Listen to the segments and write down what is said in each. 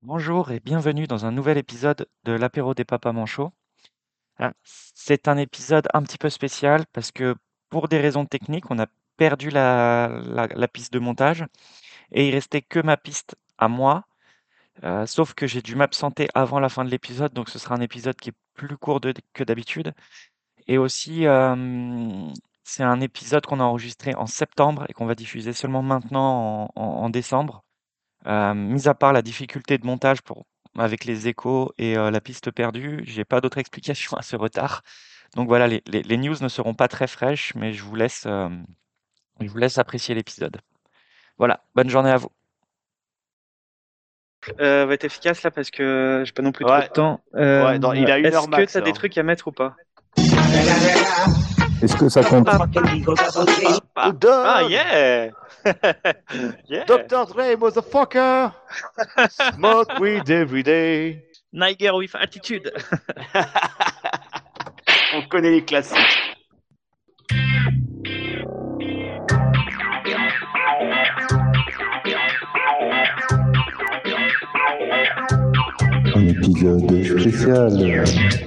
Bonjour et bienvenue dans un nouvel épisode de l'apéro des papas manchots. C'est un épisode un petit peu spécial parce que pour des raisons techniques, on a perdu la piste de montage et il restait que ma piste à moi. Sauf que j'ai dû m'absenter avant la fin de l'épisode, donc ce sera un épisode qui est plus court que d'habitude. Et aussi, c'est un épisode qu'on a enregistré en septembre et qu'on va diffuser seulement maintenant en décembre. Mis à part la difficulté de montage avec les échos et la piste perdue, j'ai pas d'autre explication à ce retard. Donc voilà, les news ne seront pas très fraîches, mais je vous laisse apprécier l'épisode. Voilà, bonne journée à vous. Va être efficace là parce que j'ai pas non plus trop de Ouais, temps. ouais, il a une Est-ce heure que max. tu as des trucs à mettre ou pas? Est-ce que ça compte? Ah, Yeah! Yeah! Dr. Dre, motherfucker! Smoke weed every day. Niger with attitude. On connaît les classiques. Un épisode spécial.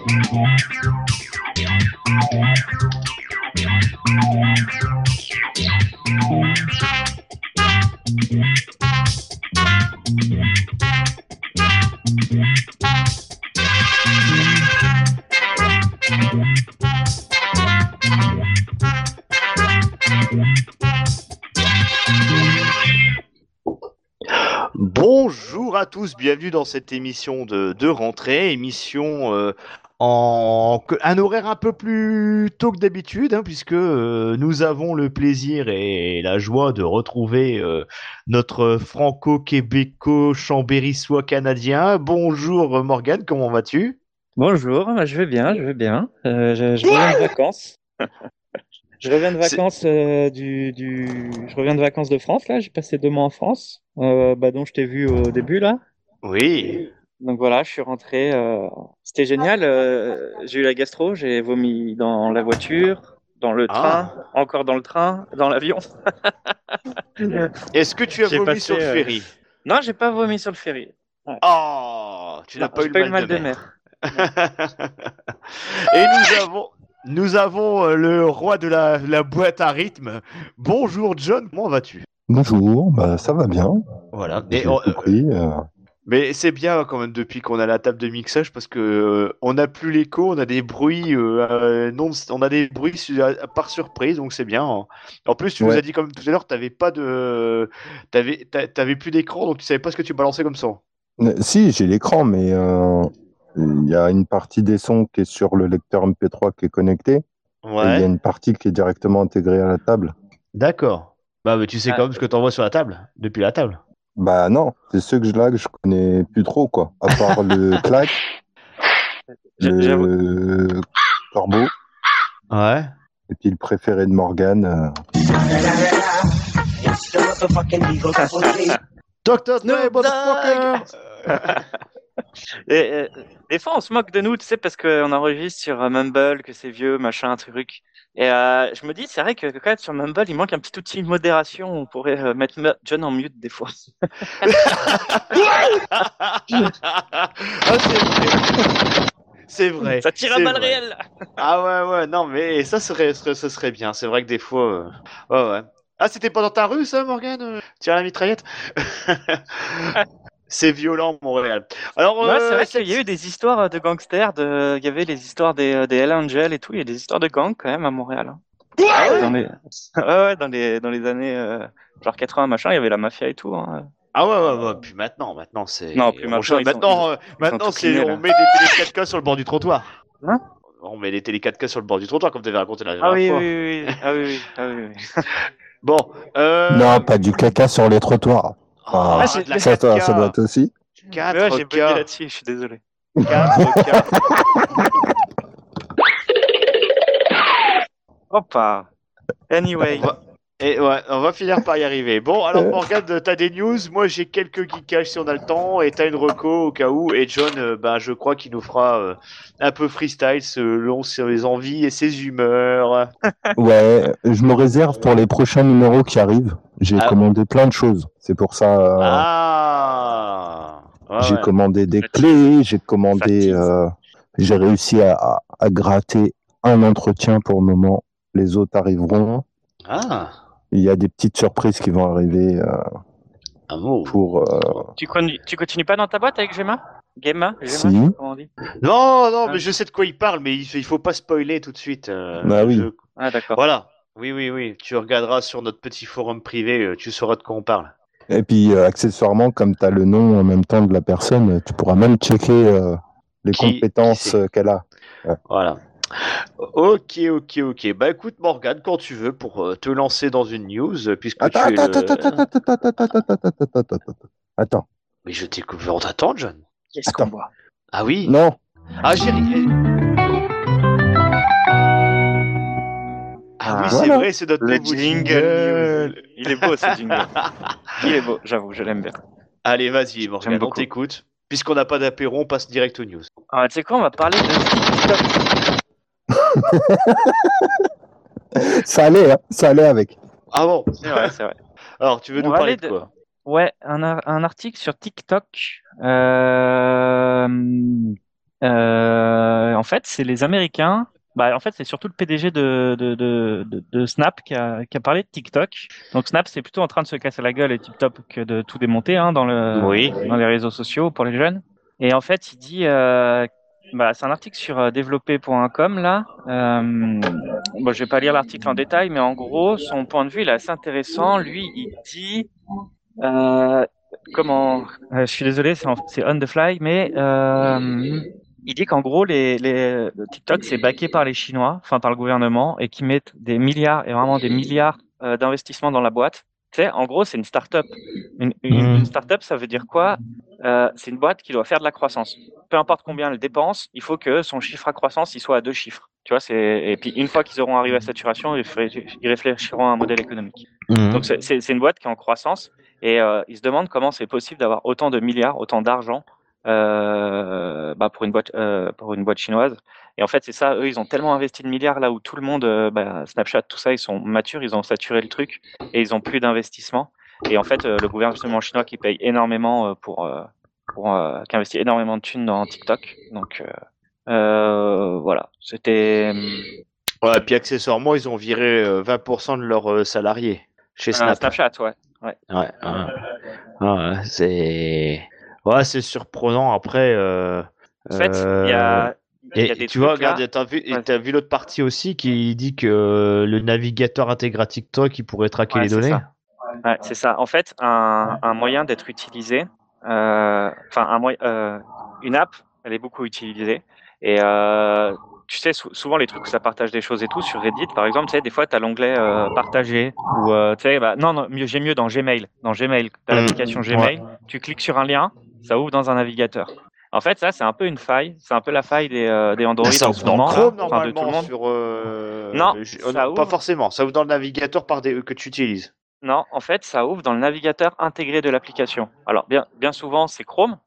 Bonjour à tous, bienvenue dans cette émission de rentrée, émission un horaire un peu plus tôt que d'habitude, hein, puisque nous avons le plaisir et la joie de retrouver notre franco-québéco-chambérissois canadien. Bonjour Morgane, comment vas-tu? Bonjour, je vais bien, je vais bien. Je reviens de vacances. Je reviens de C'est- vacances je reviens de vacances de France là. J'ai passé 2 mois en France, dont je t'ai vu au début là. Oui. Donc voilà, je suis rentré. C'était génial. J'ai eu la gastro, j'ai vomi dans la voiture, dans le train, Ah. encore dans le train, dans l'avion. Est-ce que tu as J'ai vomi sur passé. le ferry? Non, j'ai pas vomi sur le ferry. Ouais. Oh, tu Non, n'as pas j'ai eu le pas eu le mal de mal de mer. mer. Non. Et nous avons le roi de la boîte à rythme. Bonjour John, comment vas-tu? Bonjour, ça va bien. Voilà. J'ai tout pris. Mais c'est bien quand même depuis qu'on a la table de mixage parce que on n'a plus l'écho, on a des bruits non, on a des bruits par surprise, donc c'est bien, hein. En plus, tu nous Ouais. as dit comme tout à l'heure, t'avais plus d'écran, donc tu savais pas ce que tu balançais comme ça. Si, j'ai l'écran, mais il y a une partie des sons qui est sur le lecteur MP3 qui est connecté, et il y a Ouais. une partie qui est directement intégrée à la table. D'accord. Bah, mais tu sais Ah, quand même ce que t'envoies sur la table, depuis la table. Bah non, c'est ceux que je connais plus trop, quoi. À part le clac, j'avoue. le corbeau, Ouais. et puis le préféré de Morgane. Dr. Dre, Snoop motherfucker! Et, des fois, on se moque de nous, tu sais, parce qu'on enregistre sur Mumble, que c'est vieux, machin, truc. Et je me dis, c'est vrai que quand même sur Mumble, il manque un petit outil de modération. On pourrait mettre John en mute des fois. Ah, c'est vrai. C'est vrai. Ça tire à C'est balles vrai. réelles. Ah ouais, ouais, non, mais ça ce serait bien. C'est vrai que des fois. Ouais, ouais. Ah, c'était pas dans ta rue, ça, Morgane? Tire à la mitraillette? C'est violent, Montréal. Alors, Ouais, c'est vrai qu'il y a eu des histoires de gangsters. Il y avait les histoires des Hell Angels et tout. Il y a des histoires de gangs quand même à Montréal, hein. Dans les... ouais, dans les années genre 80 machin, il y avait la mafia et tout, hein. Ah ouais, ouais, ouais. Puis maintenant, c'est. Non, plus maintenant, Maintenant, tout c'est. cleanés, On là. met des télé 4K sur le bord du trottoir. Hein? On met les télé 4K sur le bord du trottoir, comme tu avais raconté la Ah dernière oui, fois. oui, oui, oui. Ah oui, oui. Ah oui, oui. Bon. Non, pas du caca sur les trottoirs. Ah, Ah, de la Ça 4K. doit être aussi. Mais ouais, j'ai bugué 4K. là-dessus, je suis désolé. 4K. Hoppa. Anyway. Et ouais, on va finir par y arriver. Bon, alors Morgane, t'as des news. Moi, j'ai quelques geekages si on a le temps. Et t'as une reco au cas où. Et John, je crois qu'il nous fera un peu freestyle selon ses envies et ses humeurs. Ouais, je me réserve pour les prochains numéros qui arrivent. J'ai Ah. commandé plein de choses. C'est pour ça. Ah. J'ai ouais. commandé des Fatigue. clés, j'ai commandé, Fatigue. j'ai réussi à gratter un entretien pour le moment. Les autres arriveront. Ah, Il y a des petites surprises qui vont arriver un mot. pour Tu continues pas dans ta boîte avec Gemma? Gemma, je sais si. pas comment on dit. Non, non, Ah, mais je sais de quoi il parle, mais il faut pas spoiler tout de suite. Ah oui. ah, d'accord. Voilà. Oui, oui, oui. Tu regarderas sur notre petit forum privé, tu sauras de quoi on parle. Et puis accessoirement, comme tu as le nom en même temps de la personne, tu pourras même checker les Qui compétences c'est? qu'elle a. Ouais. Voilà. Ok, ok, ok. Bah écoute, Morgane, quand tu veux pour te lancer dans une news, puisque Attends, tu es attends, attends, le. attends, attends, attends, attends, attends, attends, attends, attends. Attends, Mais je t'écoute, on t'attend, John. Qu'est-ce qu'on attends. boit? Ah oui. Non. Ah, j'ai ri- Ah oui, Ah, c'est Voilà. vrai, c'est notre le nouveau jingle news. jingle. Il est beau ce jingle. Il est beau, j'avoue, je l'aime bien. Allez, vas-y, J'aime Morgane, on beaucoup. t'écoute. Puisqu'on n'a pas d'apéro, on passe direct aux news. Ah, tu sais quoi, on va parler de TikTok. Ça allait, hein, ça allait avec. Ah bon. C'est vrai, c'est vrai. Alors, tu veux On nous va parler aller de de... quoi? Ouais, un article sur TikTok. En fait, c'est les Américains. Bah, en fait, c'est surtout le PDG de Snap qui a parlé de TikTok. Donc, Snap, c'est plutôt en train de se casser la gueule et TikTok que de tout démonter hein, Oui. dans les réseaux sociaux pour les jeunes. Et en fait, il dit, bah, c'est un article sur développé.com là. Bon, je vais pas lire l'article en détail, mais en gros, son point de vue, il est assez intéressant. Lui, il dit euh, comment je suis désolé, c'est on the fly, mais il dit qu'en gros, TikTok, c'est backé par les Chinois, enfin par le gouvernement, et qu'ils mettent des milliards et vraiment des milliards d'investissements dans la boîte. Tu sais, en gros, c'est une start-up. Une start-up, ça veut dire quoi? C'est une boîte qui doit faire de la croissance. Peu importe combien elle dépense, il faut que son chiffre à croissance il soit à 2 chiffres. Tu vois, et puis une fois qu'ils auront arrivé à saturation, ils réfléchiront à un modèle économique. Donc c'est une boîte qui est en croissance et ils se demandent comment c'est possible d'avoir autant de milliards, autant d'argent bah, pour une boîte chinoise. Et en fait, c'est ça, eux, ils ont tellement investi de milliards là où tout le monde, bah, Snapchat, tout ça, ils sont matures, ils ont saturé le truc et ils ont plus d'investissement. Et en fait, le gouvernement chinois qui paye énormément qui investit énormément de thunes dans TikTok. Donc voilà, c'était Ouais, puis accessoirement, ils ont viré 20% de leurs salariés chez Snap. Snapchat, ouais. Ouais. Ouais, ouais. Ouais, c'est surprenant. Après, En fait, il y a et des tu vois, trucs regarde, là. Ouais, t'as vu l'autre partie aussi qui dit que le navigateur intégré à TikTok, il pourrait traquer ouais, les c'est données. ça. Ouais, c'est ça. En fait, un moyen d'être utilisé, enfin une app, elle est beaucoup utilisée. Et tu sais, souvent les trucs où ça partage des choses et tout, sur Reddit par exemple, tu sais, des fois tu as l'onglet partager ou tu sais, bah, non, non, j'ai mieux dans Gmail. Dans Gmail, tu as l'application Ouais. Gmail, tu cliques sur un lien, ça ouvre dans un navigateur. En fait, ça, c'est un peu une faille. C'est un peu la faille des Android Ça en ouvre ce dans le moment, là, Chrome enfin de tout le normalement monde. sur. Non, Non, ça pas ouvre. forcément. Ça ouvre dans le navigateur que tu utilises. Non, en fait, ça ouvre dans le navigateur intégré de l'application. Alors, bien souvent, c'est Chrome,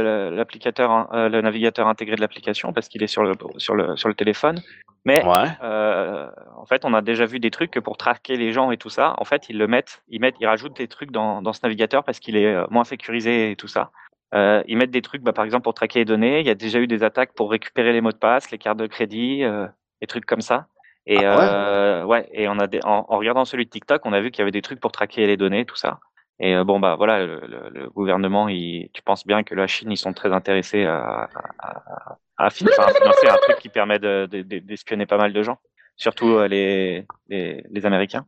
le navigateur intégré de l'application, parce qu'il est sur le téléphone. Mais Ouais. en fait, on a déjà vu des trucs que pour traquer les gens et tout ça, en fait, ils rajoutent des trucs dans ce navigateur parce qu'il est moins sécurisé et tout ça. Ils mettent des trucs, bah, par exemple, pour traquer les données. Il y a déjà eu des attaques pour récupérer les mots de passe, les cartes de crédit, des trucs comme ça. Et Ah ouais. ouais, et en regardant celui de TikTok, on a vu qu'il y avait des trucs pour traquer les données, tout ça. Et bon bah voilà, le gouvernement, tu penses bien que la Chine, ils sont très intéressés à financer un truc qui permet d'espionner pas mal de gens, surtout les Américains.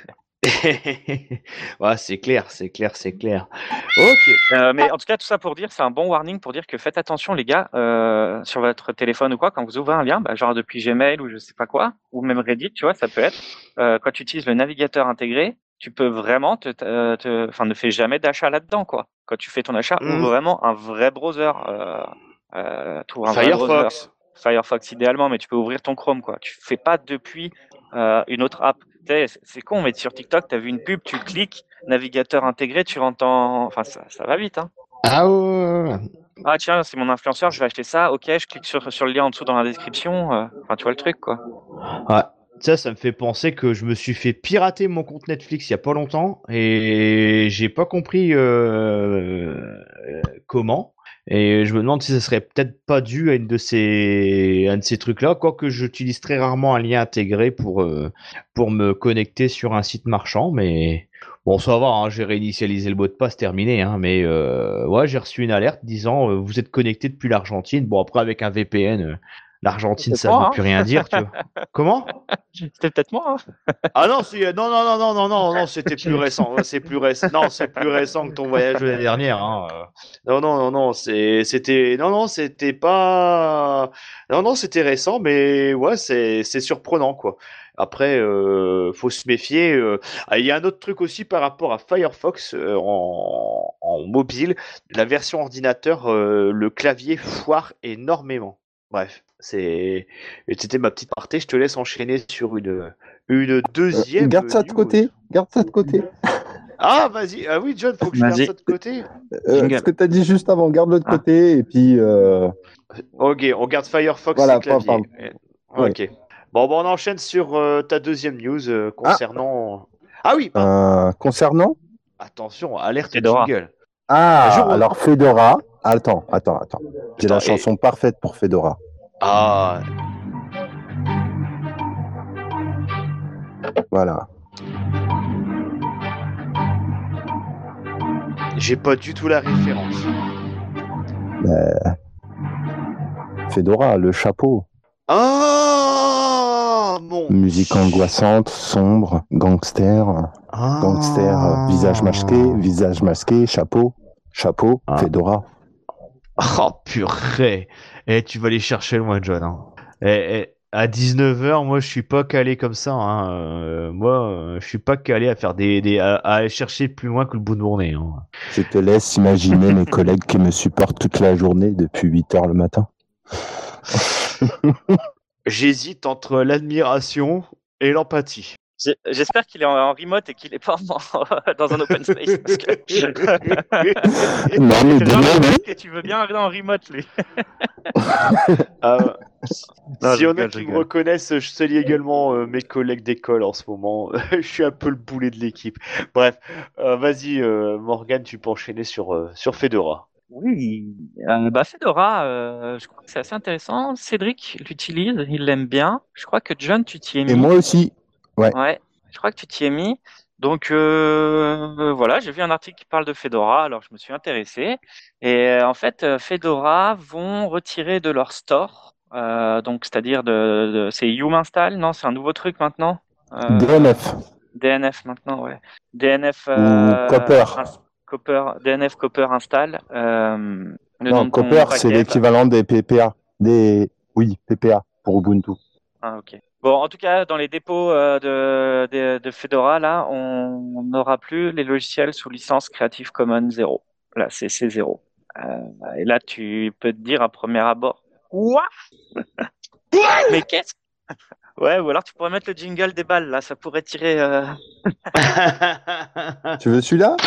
Ouais, c'est clair, c'est clair, c'est clair. Ok. Mais en tout cas, tout ça pour dire, c'est un bon warning pour dire que faites attention, les gars, sur votre téléphone ou quoi, quand vous ouvrez un lien, bah, genre depuis Gmail ou je sais pas quoi, ou même Reddit, tu vois, ça peut être, quand tu utilises le navigateur intégré, tu peux vraiment enfin, ne fais jamais d'achat là-dedans, quoi. Quand tu fais ton achat, ouvre vraiment un vrai browser, t'ouvres un vrai browser. Firefox. Firefox idéalement, mais tu peux ouvrir ton Chrome, quoi. Tu fais pas depuis une autre app. C'est con, mais sur TikTok, tu as vu une pub, tu cliques, navigateur intégré, tu rentres en. Enfin, ça va vite, hein. Ah ouais. Ah, tiens, c'est mon influenceur, je vais acheter ça. Ok, je clique sur le lien en dessous dans la description. Enfin, tu vois le truc, quoi. Ouais. Ça me fait penser que je me suis fait pirater mon compte Netflix il y a pas longtemps et j'ai pas compris comment. Et je me demande si ça serait peut-être pas dû à un de ces trucs-là, quoique j'utilise très rarement un lien intégré pour me connecter sur un site marchand, mais bon, ça va, hein, j'ai réinitialisé le mot de passe, terminé, hein, mais ouais, j'ai reçu une alerte disant vous êtes connecté depuis l'Argentine. Bon, après, avec un VPN, l'Argentine, C'était ça veut moi, plus rien dire, tu vois. Comment? C'était peut-être moi, Ah non, non, non, non, non, non, non, non, c'était plus récent. Ouais, c'est plus récent. Non, c'est plus récent que ton voyage de l'année dernière. Hein. Non, non, non, non, c'était, non, non, c'était pas, non, non, c'était récent, mais ouais, c'est surprenant, quoi. Après, faut se méfier. Il y a un autre truc aussi par rapport à Firefox en mobile, la version ordinateur, le clavier foire énormément. Bref, c'était ma petite partie. Je te laisse enchaîner sur une deuxième Garde ça de news. côté. Garde ça de côté. Ah, vas-y. Ah oui, John, faut que je garde Vas-y, ça de côté. Ce jingle. que tu as dit juste avant, garde-le de Ah. côté. Et puis, Ok, on garde Firefox et voilà, clavier. parle. Oui. Ok. Bon, on enchaîne sur ta deuxième news Ah, concernant. Ah oui, pardon. concernant. Attention, alerte Fedora. jingle. Ah, Jour. alors Fedora. Attends. J'ai la Attends, et... chanson parfaite pour Fedora. Ah, Voilà. j'ai pas du tout la référence. Fedora, le chapeau. Ah, mon Musique angoissante, sombre, gangster. Gangster, visage masqué, chapeau, Ah. Fedora. Oh purée. Eh, tu vas aller chercher loin, John. Hein. À 19h, moi, je suis pas calé comme ça. Hein. Moi, je suis pas calé à faire à aller chercher plus loin que le bout de mon nez. Hein. Je te laisse imaginer mes collègues qui me supportent toute la journée depuis 8h le matin. J'hésite entre l'admiration et l'empathie. J'espère qu'il est en remote et qu'il est pas dans un open space. Parce que... Non, mais c'est le genre de demain, mec que tu veux bien arriver en remote, lui. Euh, Non, S'il je y en a rigole, je qui me rigole. reconnaissent, je salue également mes collègues d'école en ce moment. Je suis un peu le boulet de l'équipe. Bref, vas-y, Morgane, tu peux enchaîner sur Fedora. Oui, Fedora, je crois que c'est assez intéressant. Cédric l'utilise, il l'aime bien. Je crois que John, tu t'y es et mis. moi aussi. Ouais. Ouais, je crois que tu t'y es mis. Donc voilà, j'ai vu un article qui parle de Fedora, alors je me suis intéressé. Et en fait, Fedora vont retirer de leur store, donc c'est-à-dire c'est Yum Install, non, c'est un nouveau truc maintenant. DNF DNF maintenant, ouais. DNF ou Copper. DNF Copper Install, le nom Non, de ton Copper, c'est paquet là. l'équivalent des PPA. Oui, PPA pour Ubuntu. Ah, ok. Bon, en tout cas, dans les dépôts de Fedora, là, on n'aura plus les logiciels sous licence Creative Commons 0. Là, c'est 0. Et là, tu peux te dire à premier abord, quoi? Mais qu'est-ce? Ouais, ou alors tu pourrais mettre le jingle des balles, là, ça pourrait tirer. Tu veux celui-là?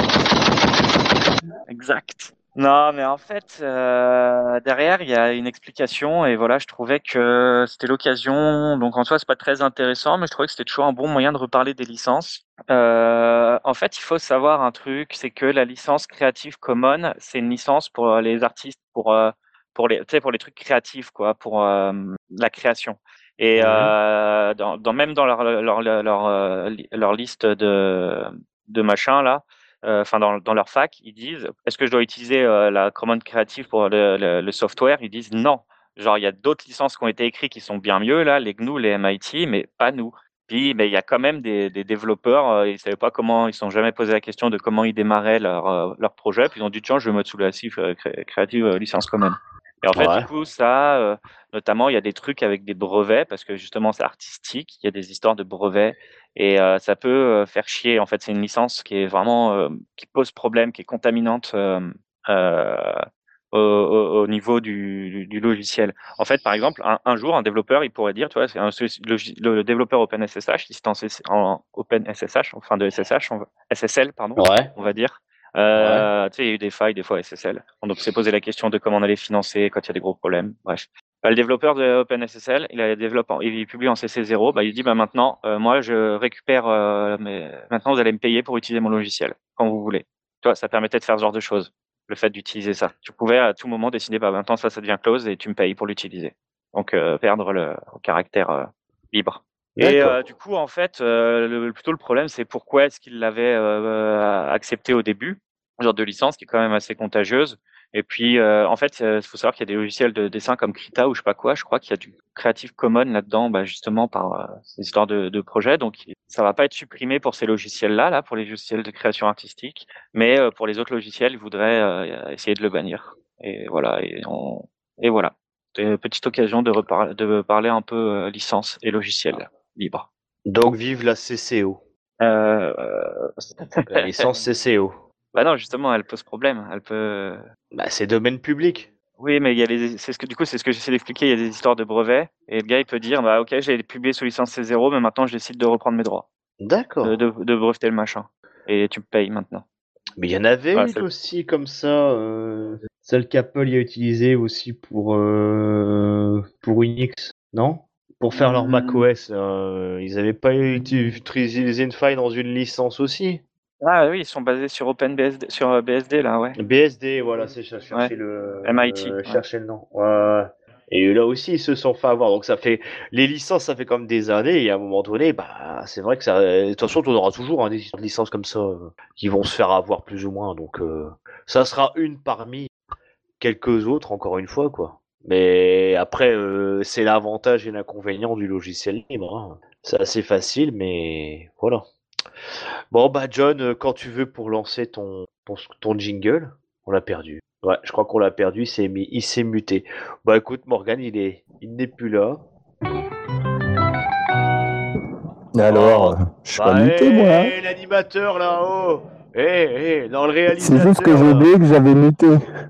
Exact. Non, mais en fait, derrière, il y a une explication et voilà, je trouvais que c'était l'occasion. Donc en soi, c'est pas très intéressant, mais je trouvais que c'était toujours un bon moyen de reparler des licences. En fait, il faut savoir un truc, c'est que la licence Creative Commons, c'est une licence pour les artistes, pour les, tu sais, pour les trucs créatifs, quoi, pour la création. Et Ouais. même dans leur liste de machins là, enfin dans leur fac, ils disent est-ce que je dois utiliser la commande créative pour le software? Ils disent non. Genre, il y a d'autres licences qui ont été écrites qui sont bien mieux, là, les GNU, les MIT, mais pas nous. Puis, mais il y a quand même des développeurs, ils ne savaient pas comment, ils ne se sont jamais posé la question de comment ils démarraient leur projet. Puis ils ont dit tiens, je vais mettre sous la CIF Creative Licence Commons. Et en fait, du Ouais. coup, ça, notamment, il y a des trucs avec des brevets, parce que justement, c'est artistique, il y a des histoires de brevets. Et ça peut faire chier. En fait, c'est une licence qui est vraiment qui pose problème, qui est contaminante euh, au niveau du logiciel. En fait, par exemple, un jour, un développeur, il pourrait dire, tu vois, le développeur OpenSSH, il est en OpenSSH, enfin de SSH, SSL, pardon, Ouais. on va dire. Ouais. Tu sais, il y a eu des failles, des fois SSL. Donc, c'est posé la question de comment on allait financer quand il y a des gros problèmes. Bref. Le développeur de OpenSSL, il publie en CC0, il dit maintenant, moi je récupère, maintenant vous allez me payer pour utiliser mon logiciel quand vous voulez. Tu vois, ça permettait de faire ce genre de choses. le fait d'utiliser ça. Tu pouvais à tout moment décider, bah maintenant ça devient close et tu me payes pour l'utiliser. Donc perdre le caractère libre. Et D'accord. du coup, en fait, plutôt le problème, c'est pourquoi est-ce qu'il l'avait accepté au début, ce genre de licence qui est quand même assez contagieuse. Et puis, en fait, il faut savoir qu'il y a des logiciels de dessin comme Krita ou je sais pas quoi. Je crois qu'il y a du Creative Commons là-dedans, bah, justement par ces histoires de projets. Donc, ça va pas être supprimé pour ces logiciels-là, là, pour les logiciels de création artistique, mais pour les autres logiciels, ils voudraient essayer de le bannir. Et voilà. Et voilà. C'était une petite occasion de parler un peu licence et logiciel libre. Donc vive la CCO. Euh, La licence CCO. Bah non, justement, elle pose problème. Elle peut. Bah, c'est domaine public. Oui, mais il y a c'est ce que j'essaie d'expliquer. Il y a des histoires de brevets et le gars il peut dire bah ok, j'ai publié sous licence C0, mais maintenant je décide de reprendre mes droits, D'accord. de breveter le machin et tu me payes maintenant. Mais il y en avait Voilà, une aussi comme ça, celle qu'Apple y a utilisée aussi pour Unix, non? Pour faire leur macOS, ils avaient pas utilisé une faille dans une licence aussi? Ah oui, ils sont basés sur OpenBSD, sur BSD là, ouais. BSD, voilà, c'est ça, Ouais. MIT. Ouais. chercher le nom. Ouais. Et là aussi, ils se sont fait avoir. Donc ça fait les licences, ça fait comme des années. Et à un moment donné, bah c'est vrai que ça. De toute façon, on aura toujours des licences comme ça qui vont se faire avoir plus ou moins. Donc ça sera une parmi quelques autres, encore une fois, quoi. Mais après, c'est l'avantage et l'inconvénient du logiciel libre, hein. C'est assez facile, mais voilà. Bon, bah, John, quand tu veux pour lancer ton jingle, on l'a perdu. Ouais, je crois qu'on l'a perdu, il s'est muté. Bah, écoute, Morgan, il n'est plus là. Alors, Oh, je suis pas bah, muté, moi. Hein. l'animateur là-haut. Dans le C'est juste que réalisateur j'ai là. oublié que j'avais muté.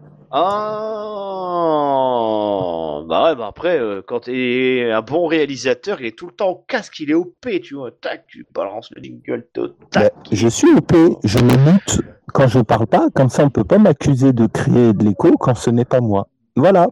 Ah, bah ouais, bah après, quand t'es un bon réalisateur, il est tout le temps au casque, il est OP, tu vois, tac, tu balances le jingle, tac. Je suis OP, je me mute quand je parle pas, comme ça on peut pas m'accuser de créer de l'écho quand ce n'est pas moi. Voilà.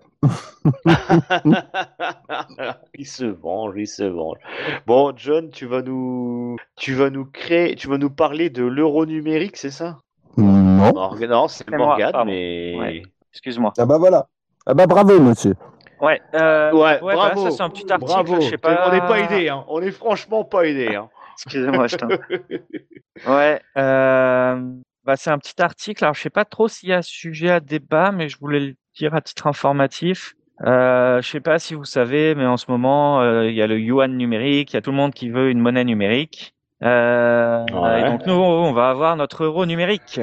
Il se venge, il se venge. Bon, John, tu vas nous parler de l'euro numérique, c'est ça? Non. Non, c'est C'est moi, Morgane, pardon. mais... Ouais. Excuse-moi. Ah bah voilà. Ah bah bravo, monsieur. Ouais. Ouais, Voilà, ça bravo, c'est un petit article. bravo. Je sais pas. On n'est pas aidé, hein. On est franchement pas aidé, hein. Excusez-moi, je t'en. Ouais. Bah c'est un petit article. Alors je sais pas trop s'il y a sujet à débat, mais je voulais le dire à titre informatif. Je sais pas si vous savez, mais en ce moment, il y a le yuan numérique, il y a tout le monde qui veut une monnaie numérique. Et Ouais. donc nous, on va avoir notre euro numérique.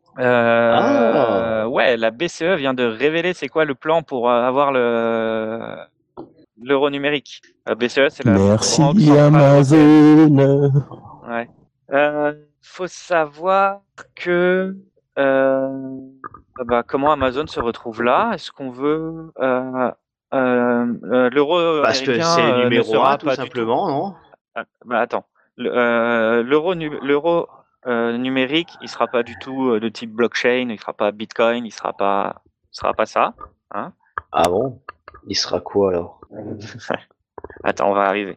Ah. Ouais, la BCE vient de révéler c'est quoi le plan pour avoir l'euro numérique. La BCE, c'est la Merci Banque centrale européenne. Amazon. Ouais. Faut savoir que bah, comment Amazon se retrouve là? Est-ce qu'on veut l'euro Parce que c'est américain ne numéro un, sera tout pas du tout. simplement, non? Bah attends, l'euro numérique, il sera pas du tout de type blockchain, il sera pas Bitcoin, il sera pas ça, hein? Ah bon? Il sera quoi, alors? Attends, on va arriver.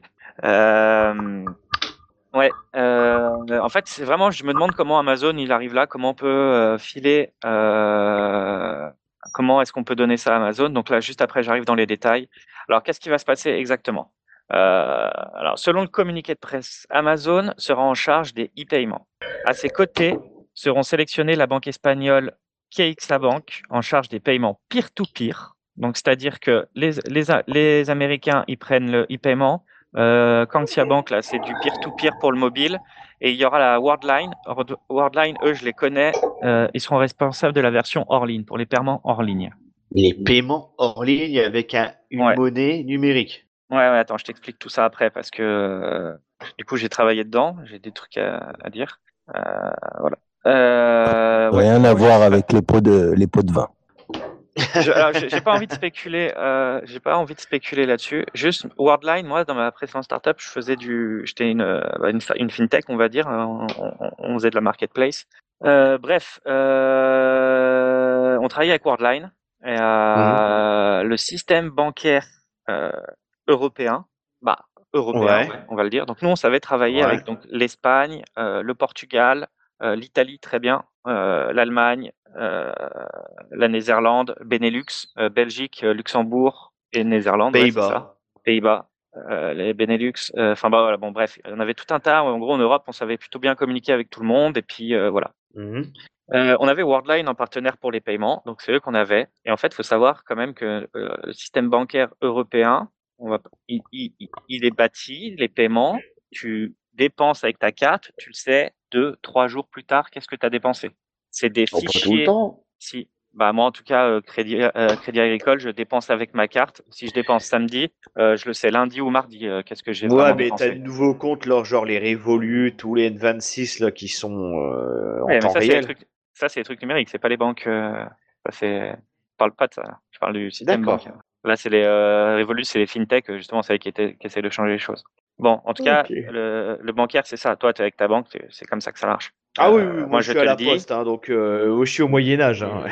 Ouais, en fait, c'est vraiment, je me demande comment Amazon il arrive là, comment on peut filer, comment est-ce qu'on peut donner ça à Amazon. Donc là, juste après, j'arrive dans les détails. Alors, qu'est-ce qui va se passer exactement? Alors, selon le communiqué de presse, Amazon sera en charge des e-paiements. À ses côtés seront sélectionnés la banque espagnole CaixaBank Bank en charge des paiements peer-to-peer. Donc, c'est-à-dire que les Américains, ils prennent le e-paiement. Kanxia Bank, là, c'est du peer-to-peer pour le mobile. Et il y aura la Worldline. Worldline, eux, je les connais. Ils seront responsables de la version hors ligne, pour les paiements hors ligne. Les paiements hors ligne avec une Ouais. monnaie numérique. Ouais, attends, je t'explique tout ça après parce que du coup, j'ai travaillé dedans. J'ai des trucs à dire. Voilà. Ouais, Rien du à coup, voir avec les pots de vin. alors, j'ai pas envie de spéculer. J'ai pas envie de spéculer là-dessus. Juste Worldline, moi, dans ma précédente startup, j'étais une fintech, on va dire. On faisait de la marketplace. Bref, on travaillait avec Worldline et le système bancaire européen, européen, Ouais. on va le dire. Donc nous, on savait travailler avec donc l'Espagne, le Portugal, l'Italie, très bien, l'Allemagne, la Néerlande, Benelux, Belgique, Luxembourg et Néerlande, ouais, c'est ça. Pays-Bas. Pays-Bas, les Benelux, enfin bah voilà, bon bref, on avait tout un tas. En gros, en Europe, on savait plutôt bien communiquer avec tout le monde, et puis voilà. Mhm. On avait Worldline en partenaire pour les paiements, donc c'est eux qu'on avait. Et en fait, il faut savoir quand même que le système bancaire européen, il est bâti, les paiements, tu dépenses avec ta carte, tu le sais 2, 3 jours plus tard, qu'est-ce que tu as dépensé. C'est des Oh, pas tout le fichiers. temps. Si, bah moi en tout cas, Crédit Agricole, je dépense avec ma carte. Si je dépense samedi, je le sais lundi ou mardi, qu'est-ce que j'ai Ouais, vraiment mais t'as de dépensé. nouveaux comptes, genre les Revolut ou les N26 là, qui sont en Ouais, mais temps réel. ça, c'est les trucs numériques, c'est pas les banques. Ça, je parle pas de ça. Je parle du système D'accord. bancaire. Là, c'est les Revolut, c'est les fintech, justement, c'est eux qui essaient de changer les choses. Bon, en tout cas, Ok. le bancaire, c'est ça. Toi, tu es avec ta banque, c'est comme ça que ça marche. Ah oui, oui, moi Moi, je je suis à te le la dis, poste, hein, donc moi, je suis au Moyen Âge. Hein.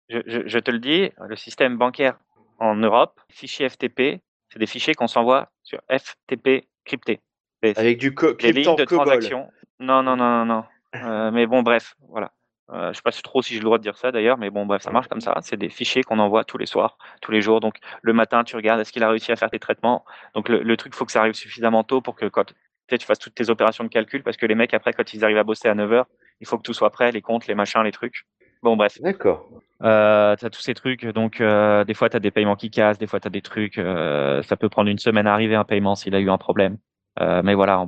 je te le dis, le système bancaire en Europe, fichiers FTP, c'est des fichiers qu'on s'envoie sur FTP crypté. Avec du Des lignes cryptant de COBOL. transaction. Non, non, non, non, non. Mais bon, bref, voilà. Je sais pas trop si j'ai le droit de dire ça d'ailleurs, mais bon, bref, ça marche comme ça. C'est des fichiers qu'on envoie tous les soirs, tous les jours. Donc, le matin, tu regardes est-ce qu'il a réussi à faire tes traitements. Donc, le truc, faut que ça arrive suffisamment tôt pour que quand tu fasses toutes tes opérations de calcul, parce que les mecs, après, quand ils arrivent à bosser à 9 heures, il faut que tout soit prêt, les comptes, les machins, les trucs. Bon, bref. D'accord. T'as tous ces trucs, donc des fois t'as des paiements qui cassent, des fois t'as des trucs, ça peut prendre une semaine à arriver un paiement s'il a eu un problème. Mais voilà,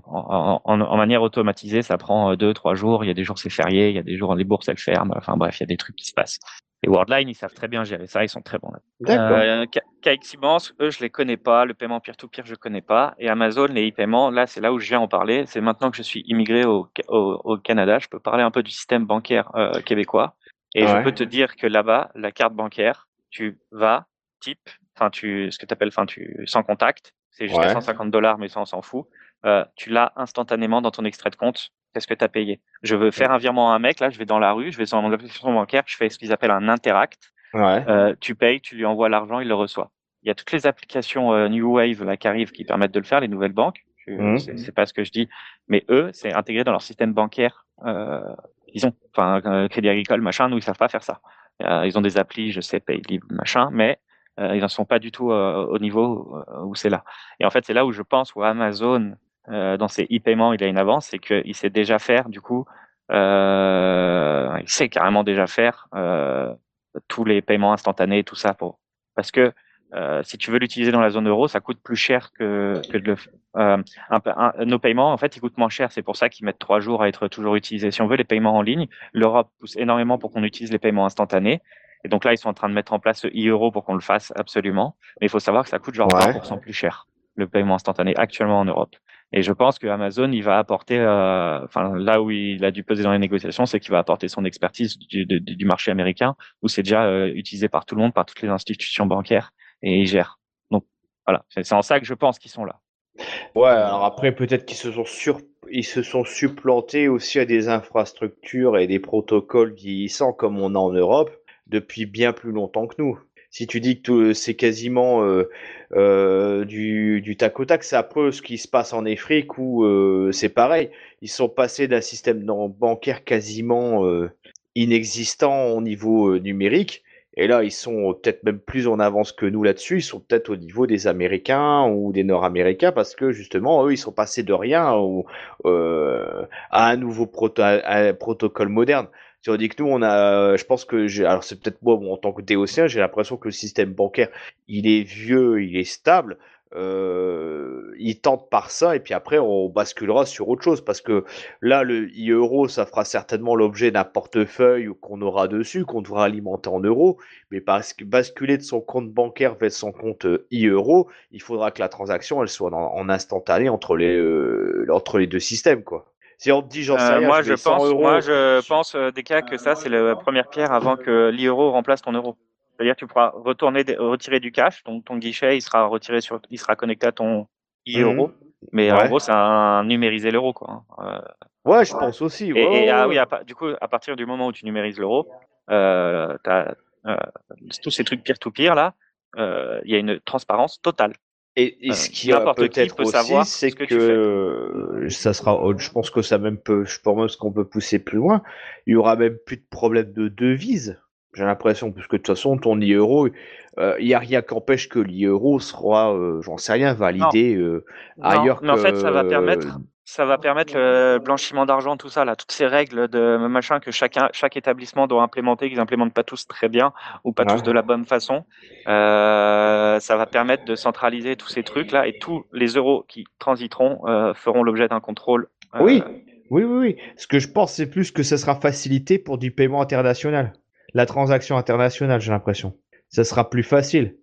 en manière automatisée, ça prend 2, 3 jours. Il y a des jours c'est férié, il y a des jours les bourses elles ferment. Enfin bref, il y a des trucs qui se passent. Et Worldline, ils savent très bien gérer ça, ils sont très bons là. D'accord. KXIBank, eux, je les connais pas. Le paiement peer-to-peer, je connais pas. Et Amazon, les e-paiements, là, c'est là où je viens en parler. C'est maintenant que je suis immigré au Canada, je peux parler un peu du système bancaire québécois. Et je peux Ouais. te dire que là-bas, la carte bancaire, tu vas, type, ce que tu appelles, sans contact, c'est jusqu'à Ouais. 150 $, mais ça, on s'en fout. Tu l'as instantanément dans ton extrait de compte. Qu'est-ce que tu as payé? Je veux faire un virement à un mec, là, je vais dans la rue, je vais sur mon application bancaire, je fais ce qu'ils appellent un interact. Ouais. Tu payes, tu lui envoies l'argent, il le reçoit. Il y a toutes les applications New Wave là, qui arrivent qui permettent de le faire, les nouvelles banques. C'est pas ce que je dis, mais eux, c'est intégré dans leur système bancaire. Ils ont, Crédit Agricole, machin, nous, ils savent pas faire ça. Ils ont des applis, je sais, Paylib, machin, mais ils n'en sont pas du tout au niveau où c'est là. Et en fait, c'est là où je pense où Amazon, dans ses e-paiements, il a une avance, c'est qu'il sait déjà faire, du coup, il sait carrément déjà faire tous les paiements instantanés, tout ça parce que si tu veux l'utiliser dans la zone euro, ça coûte plus cher que de le nos paiements en fait ils coûtent moins cher, c'est pour ça qu'ils mettent 3 jours à être toujours utilisés. Si on veut les paiements en ligne, l'Europe pousse énormément pour qu'on utilise les paiements instantanés, et donc là ils sont en train de mettre en place ce e-euro pour qu'on le fasse absolument, mais il faut savoir que ça coûte genre Ouais. 20% plus cher le paiement instantané actuellement en Europe. Et je pense que Amazon, il va apporter, là où il a dû peser dans les négociations, c'est qu'il va apporter son expertise du marché américain, où c'est déjà utilisé par tout le monde, par toutes les institutions bancaires, et ils gèrent. Donc voilà, c'est en ça que je pense qu'ils sont là. Ouais, alors après, peut-être ils se sont supplantés aussi à des infrastructures et des protocoles vieillissants comme on a en Europe depuis bien plus longtemps que nous. Si tu dis que c'est quasiment du tac au tac, c'est un peu ce qui se passe en Afrique où c'est pareil. Ils sont passés d'un système bancaire quasiment inexistant au niveau numérique. Et là, ils sont peut-être même plus en avance que nous là-dessus. Ils sont peut-être au niveau des Américains ou des Nord-Américains parce que justement, eux, ils sont passés de rien à un nouveau à un protocole moderne. Tandis que nous, je pense que alors c'est peut-être moi, en tant que Déotien, j'ai l'impression que le système bancaire, il est vieux, il est stable. Ils tentent par ça et puis après, on basculera sur autre chose parce que là, le e-euro, ça fera certainement l'objet d'un portefeuille qu'on aura dessus, qu'on devra alimenter en euros. Mais parce que basculer de son compte bancaire vers son compte e-euro, il faudra que la transaction elle soit en instantané entre les deux systèmes, quoi. Si on te dit, j'en sais rien, je mets 100 Moi, euros. je pense des cas que ça, c'est la première pierre avant que l'euro remplace ton euro. C'est-à-dire que tu pourras retirer du cash, donc ton guichet, il sera connecté à ton e-euro. Mhm. Mais en Ouais. gros, c'est un numériser l'euro, quoi. Ouais, je pense aussi. Ouais, Ah ouais, oui, ouais. du coup, à partir du moment où tu numérises l'euro, t'as tous ces trucs peer-to-peer là, il y a une transparence totale. Et ce qui N'importe qui peut-être peut aussi, savoir c'est ce que tu fais. que ça sera. Je pense que ça même peut. Je pense qu'on peut pousser plus loin. Il y aura même plus de problème de devise. J'ai l'impression, parce que de toute façon, ton e-euro, il y a rien qui empêche que l'e-euro sera, j'en sais rien, Non, validé non, ailleurs mais en fait, que. ça va permettre le blanchiment d'argent, tout ça, là, toutes ces règles de machin que chaque établissement doit implémenter, qu'ils implémentent pas tous très bien ou pas tous de Ouais. la bonne façon. Ça va permettre de centraliser tous ces trucs-là et tous les euros qui transiteront feront l'objet d'un contrôle. Oui, oui. Ce que je pense, c'est plus que ça sera facilité pour du paiement international. La transaction internationale, j'ai l'impression. Ça sera plus facile.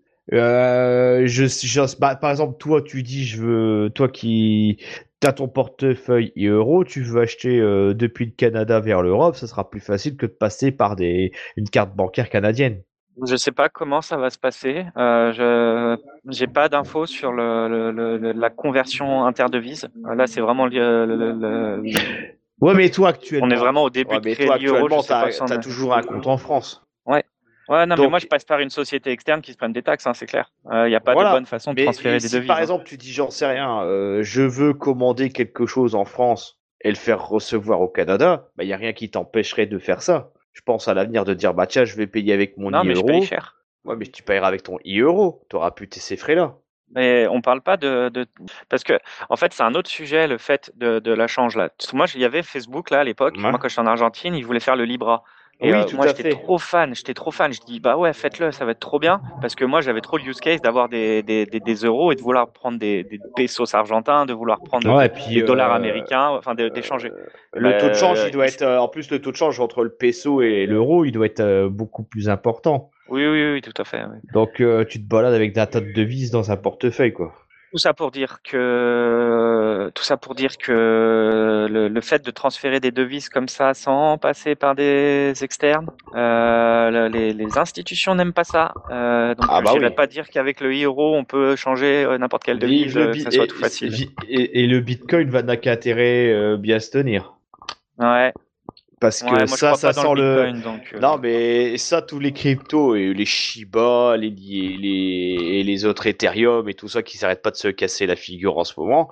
Par exemple, toi, tu dis, toi qui as ton portefeuille euro, tu veux acheter depuis le Canada vers l'Europe, ça sera plus facile que de passer par une carte bancaire canadienne. Je sais pas comment ça va se passer. J'ai pas d'infos sur la conversion interdevise. Là, c'est vraiment Ouais, mais toi on est actuellement, vraiment au début ouais, de mais créer toi l'euro. Je actuellement, sais pas si on t'as a... toujours un compte en France. Ouais. Ouais, non, mais moi, je Donc, passe par une société externe qui se prenne des taxes, hein, c'est clair. Il n'y a pas de bonne voilà. façon de Mais transférer des si par devises, hein. exemple tu dis, j'en sais rien, je veux commander quelque chose en France et le faire recevoir au Canada, bah il y a rien qui t'empêcherait de faire ça. Je pense à l'avenir de dire, bah tiens, je vais payer avec mon Non, mais je paye e-euro. cher. Ouais, mais tu payeras avec ton e-euro. T'auras plus ces frais-là. Mais on parle pas parce que en fait c'est un autre sujet, le fait de la change là. Parce que moi il y avait Facebook là à l'époque. Ouais. Moi quand j'étais en Argentine, ils voulaient faire le Libra. Et Oui, tout moi à fait. j'étais trop fan. Je dis bah ouais faites-le, ça va être trop bien parce que moi j'avais trop le use case d'avoir des euros et de vouloir prendre des pesos argentins, de vouloir prendre Ouais, et puis des dollars américains, enfin d'échanger. Et le taux de change, ben il doit être. En plus, le taux de change entre le peso et l'euro, il doit être beaucoup plus important. oui, tout à fait. Oui. Donc, tu te balades avec des tas de devises dans un portefeuille, quoi. Tout ça pour dire que le fait de transférer des devises comme ça sans passer par des externes, les institutions n'aiment pas ça. Donc Ah bah j'irai oui. pas dire qu'avec le euro on peut changer n'importe quelle devise, Vive le que bit ça soit tout facile. et le Bitcoin va n'a qu'à intérêt bien se tenir. Ouais, Parce ouais, que moi je crois ça pas dans le sent le. Bitcoin, donc Non, mais ça, tous les cryptos et les Shiba, et les autres Ethereum et tout ça qui s'arrêtent pas de se casser la figure en ce moment.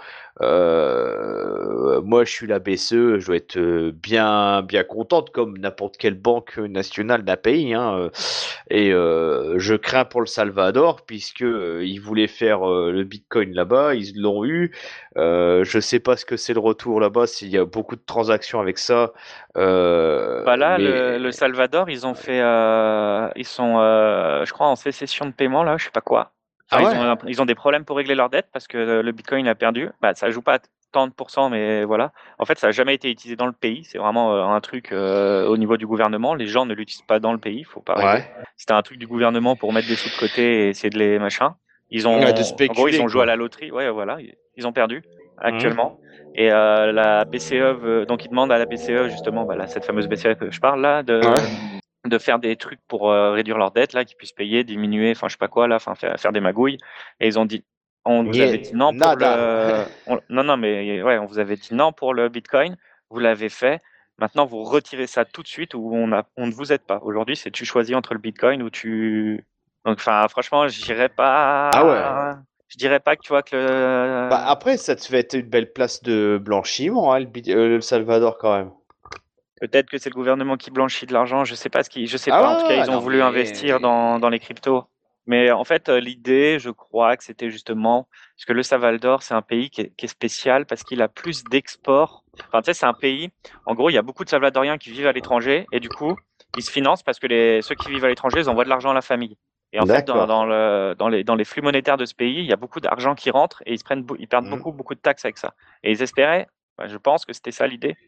Moi, je suis la BCE, je dois être bien contente comme n'importe quelle banque nationale d'un pays. Hein. Et je crains pour le Salvador puisque ils voulaient faire le Bitcoin là-bas, ils l'ont eu. Je sais pas ce que c'est le retour là-bas, s'il y a beaucoup de transactions avec ça. bah là Mais le Salvador ils ont fait ils sont je crois en sécession de paiement là, je sais pas quoi. Enfin ah ouais. ils ont des problèmes pour régler leurs dettes parce que le Bitcoin a perdu. Bah ça joue pas tant de pourcents mais voilà. En fait ça a jamais été utilisé dans le pays. C'est vraiment un truc au niveau du gouvernement. Les gens ne l'utilisent pas dans le pays. Faut pas rêver. Ouais. C'était un truc du gouvernement pour mettre des sous de côté et essayer de les machin. Ouais, de En gros ils spéculer ont joué à quoi. la loterie. Ouais voilà ils ont perdu Mhm. actuellement. Et la BCE donc ils demandent à la BCE justement, bah, là, cette fameuse BCE que je parle là, Ouais. de faire des trucs pour réduire leurs dettes là, qu'ils puissent payer, diminuer, enfin je sais pas quoi là, enfin faire des magouilles. Et ils ont dit, on vous avait dit non pour Nada. non non mais ouais, on vous avait dit non pour le Bitcoin, vous l'avez fait. Maintenant vous retirez ça tout de suite ou on ne vous aide pas. Aujourd'hui c'est tu choisis entre le Bitcoin ou tu donc enfin franchement Ah ouais. je dirais pas que tu vois que Bah après, ça te fait être une belle place de blanchiment, hein, le Salvador quand même. peut-être que c'est le gouvernement qui blanchit de l'argent, je sais pas je sais Ah pas. En tout cas, ouais, ouais, ils ont non voulu investir mais. dans les cryptos. Mais en fait, l'idée, je crois que c'était justement parce que le Salvador, c'est un pays qui est spécial parce qu'il a plus d'exports. Enfin, tu sais, c'est un pays. En gros, il y a beaucoup de Salvadoriens qui vivent à l'étranger et du coup, ils se financent parce que ceux qui vivent à l'étranger, ils envoient de l'argent à la famille. Et en fait, D'accord. dans les flux monétaires de ce pays, il y a beaucoup d'argent qui rentre et ils perdent Mhm. beaucoup de taxes avec ça. Et ils espéraient, bah, je pense que c'était ça l'idée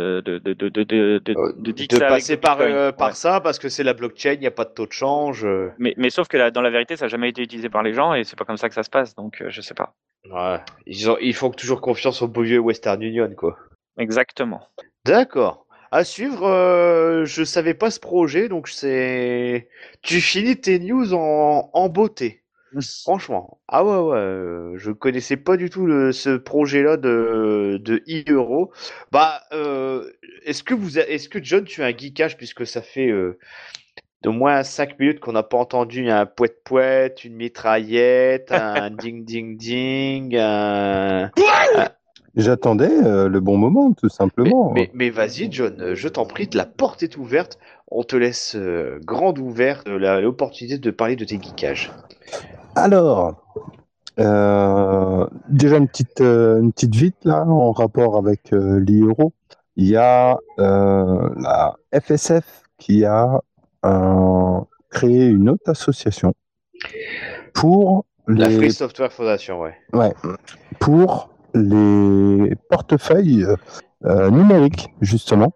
de De dixer avec passer le Bitcoin. Ouais. par ça parce que c'est la blockchain, il n'y a pas de taux de change. Mais sauf que là, dans la vérité, ça n'a jamais été utilisé par les gens et c'est pas comme ça que ça se passe. Donc, je sais pas. Ouais. Ils font toujours confiance au beau vieux Western Union, quoi. Exactement. D'accord. À suivre, je savais pas ce projet, donc c'est. Tu finis tes news en beauté. Franchement. Ah ouais, ouais, je connaissais pas du tout ce projet-là de e-euro. Bah, est-ce que John, tu as un geekage puisque ça fait d'au moins 5 minutes qu'on n'a pas entendu un pouet-pouet, une mitraillette, un ding-ding-ding, J'attendais le bon moment, tout simplement. Mais vas-y, John, je t'en prie, la porte est ouverte. On te laisse grande ouverte l'opportunité de parler de tes geekages. Alors, déjà une petite vite là, en rapport avec l'Euro. Il y a la FSF qui a créé une autre association pour La Free les, Software Foundation, ouais. ouais, pour les portefeuilles numériques, justement.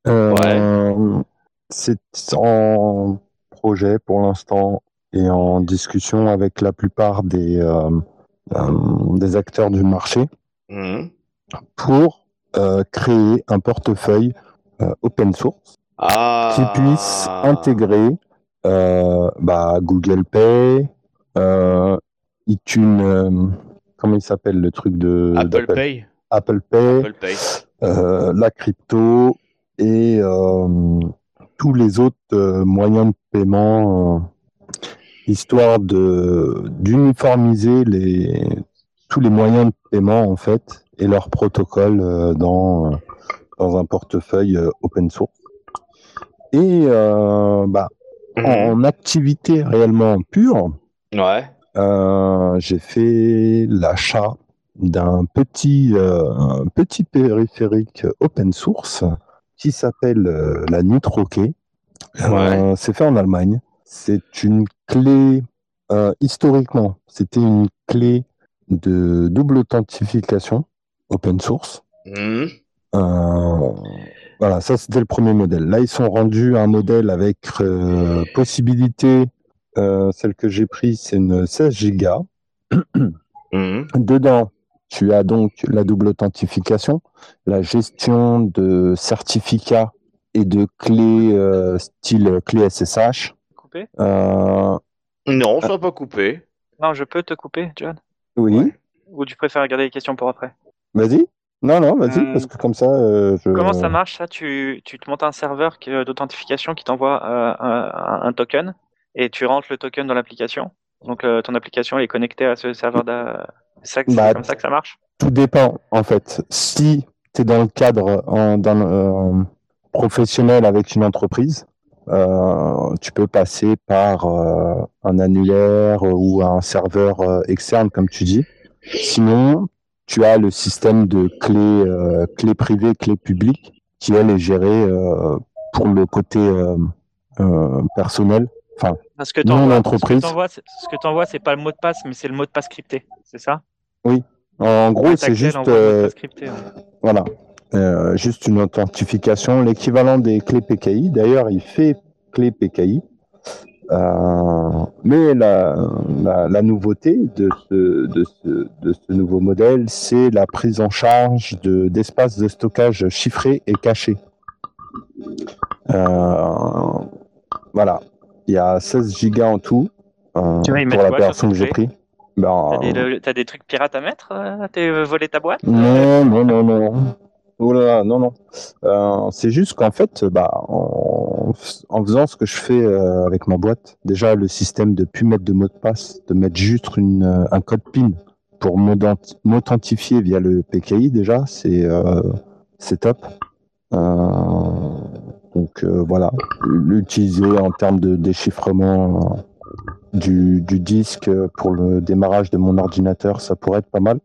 C'est en projet pour l'instant et en discussion avec la plupart des acteurs du marché Mhm. pour créer un portefeuille open source qui puisse intégrer Google Pay, iTunes, comment il s'appelle le truc de Apple Pay. Apple Pay, Apple Pay. la crypto et tous les autres moyens de paiement, histoire d'uniformiser tous les moyens de paiement en fait et leurs protocoles dans un portefeuille open source. Et en activité réellement pure, j'ai fait l'achat d'un petit périphérique open source qui s'appelle la NitroKey. C'est fait en Allemagne. C'est une clé, historiquement, c'était une clé de double authentification open source. Voilà, ça c'était le premier modèle. Là, ils sont rendus à un modèle avec possibilité, celle que j'ai prise, c'est une 16 Go. Dedans, tu as donc la double authentification, la gestion de certificats et de clés style clé SSH. Coupé Non, ça va pas couper. Non, je peux te couper, John? Oui. Ouais. Ou tu préfères regarder les questions pour après? Vas-y. Non, vas-y, parce que comme ça, Comment ça marche, ça? Tu te montes un serveur d'authentification qui t'envoie un token et tu rentres le token dans l'application. Donc, ton application est connectée à ce serveur. C'est comme ça que ça marche? Tout dépend, en fait. Si tu es dans le cadre professionnel avec une entreprise, tu peux passer par un annulaire ou un serveur externe, comme tu dis. Sinon, tu as le système de clé privée, clé publique, qui, elle, est gérée pour le côté personnel. Enfin, non l'entreprise. Ce que tu envoies, c'est pas le mot de passe, mais c'est le mot de passe crypté. C'est ça? Oui. En gros, c'est juste... crypté, voilà. Juste une authentification, l'équivalent des clés PKI. D'ailleurs, il fait clé PKI. Mais la nouveauté de ce nouveau modèle, c'est la prise en charge d'espaces de stockage chiffrés et cachés. Voilà. Il y a 16 gigas en tout pour la version que j'ai pris. T'as des trucs pirates à mettre? T'as volé ta boîte? Non. Oh là, non. C'est juste qu'en fait, en faisant ce que je fais avec ma boîte, déjà le système de plus mettre de mot de passe, de mettre juste un code PIN pour m'authentifier via le PKI, déjà, c'est top. Donc voilà, l'utiliser en termes de déchiffrement du disque pour le démarrage de mon ordinateur, ça pourrait être pas mal.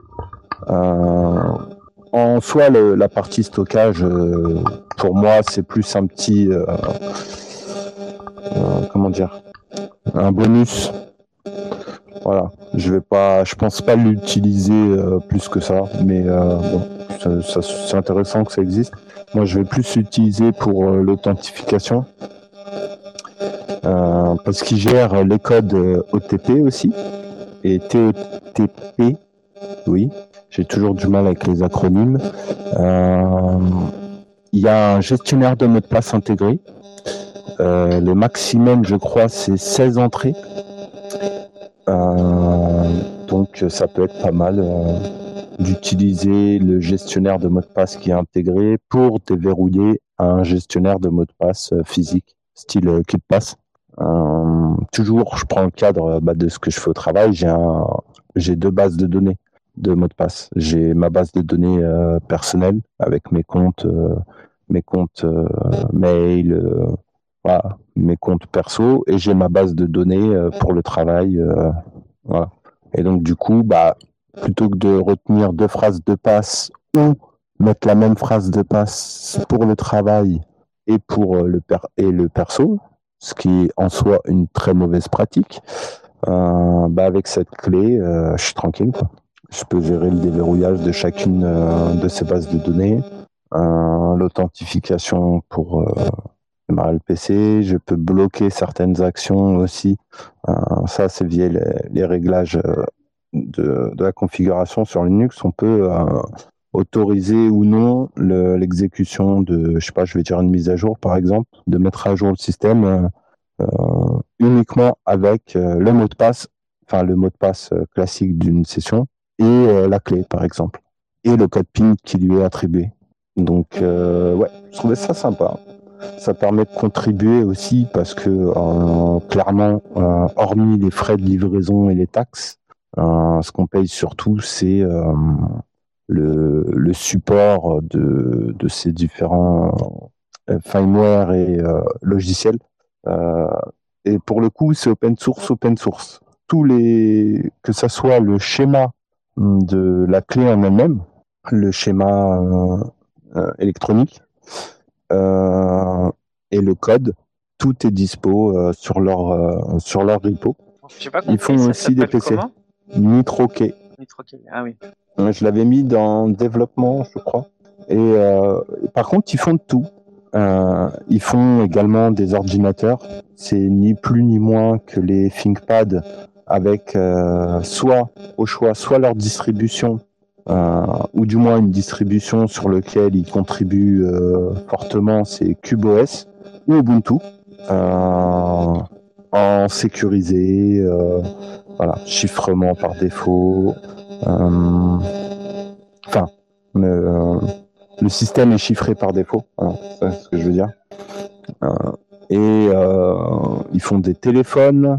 En soi, la partie stockage, pour moi, c'est plus un petit, comment dire, un bonus. Voilà, je pense pas l'utiliser plus que ça, mais bon, c'est intéressant que ça existe. Moi, je vais plus l'utiliser pour l'authentification, parce qu'il gère les codes OTP aussi et TOTP, oui. J'ai toujours du mal avec les acronymes. Il y a un gestionnaire de mots de passe intégré. Le maximum, je crois, c'est 16 entrées. Donc, ça peut être pas mal d'utiliser le gestionnaire de mots de passe qui est intégré pour déverrouiller un gestionnaire de mots de passe physique. style kit pass. Toujours, je prends le cadre de ce que je fais au travail. J'ai 2 bases de données de mots de passe. J'ai ma base de données personnelle avec mes comptes mail, voilà, mes comptes perso, et j'ai ma base de données pour le travail. Voilà. Et donc, du coup, plutôt que de retenir 2 phrases de passe ou mettre la même phrase de passe pour le travail et pour le perso, ce qui est en soi une très mauvaise pratique, avec cette clé, je suis tranquille, quoi. Je peux gérer le déverrouillage de chacune de ces bases de données, l'authentification pour démarrer le PC, je peux bloquer certaines actions aussi. Ça, c'est via les réglages de la configuration sur Linux. On peut autoriser ou non l'exécution de, je sais pas, je vais dire une mise à jour par exemple, de mettre à jour le système uniquement avec le mot de passe, enfin le mot de passe classique d'une session et la clé par exemple, et le code PIN qui lui est attribué. Donc ouais, je trouvais ça sympa. Ça permet de contribuer aussi parce que clairement, hormis les frais de livraison et les taxes, ce qu'on paye surtout, c'est le support de ces différents firmware et logiciels. Euh, et pour le coup, c'est open source, open source. Que ça soit le schéma de la clé en elle-même, le schéma électronique, euh, et le code, tout est dispo sur leur repo. J'ai pas Ils compris, font ça aussi des s'appelle PC. comment? NitroKey. NitroKey. Ah oui. Je l'avais mis dans développement, je crois. Et par contre, ils font de tout. Ils font également des ordinateurs. C'est ni plus ni moins que les ThinkPad avec soit au choix, soit leur distribution, ou du moins une distribution sur laquelle ils contribuent fortement, c'est CubeOS ou Ubuntu, en sécurisé, voilà, chiffrement par défaut. Enfin, le système est chiffré par défaut, voilà, c'est ce que je veux dire. Euh, et ils font des téléphones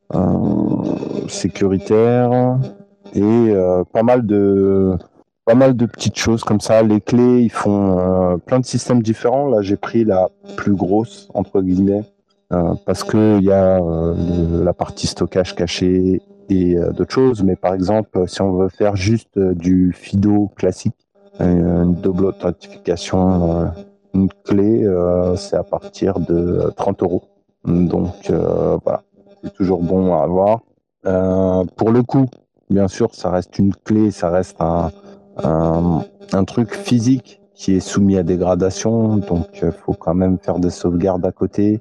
sécuritaires et pas mal de petites choses comme ça. Les clés, ils font plein de systèmes différents. Là, j'ai pris la plus grosse, entre guillemets, parce qu'il y a la partie stockage caché et d'autres choses. Mais par exemple, si on veut faire juste du FIDO classique, une double authentification, une clé, c'est à partir de 30 euros. Donc voilà, c'est toujours bon à avoir. Pour le coup, bien sûr, ça reste une clé, ça reste un truc physique qui est soumis à dégradation, donc il faut quand même faire des sauvegardes à côté,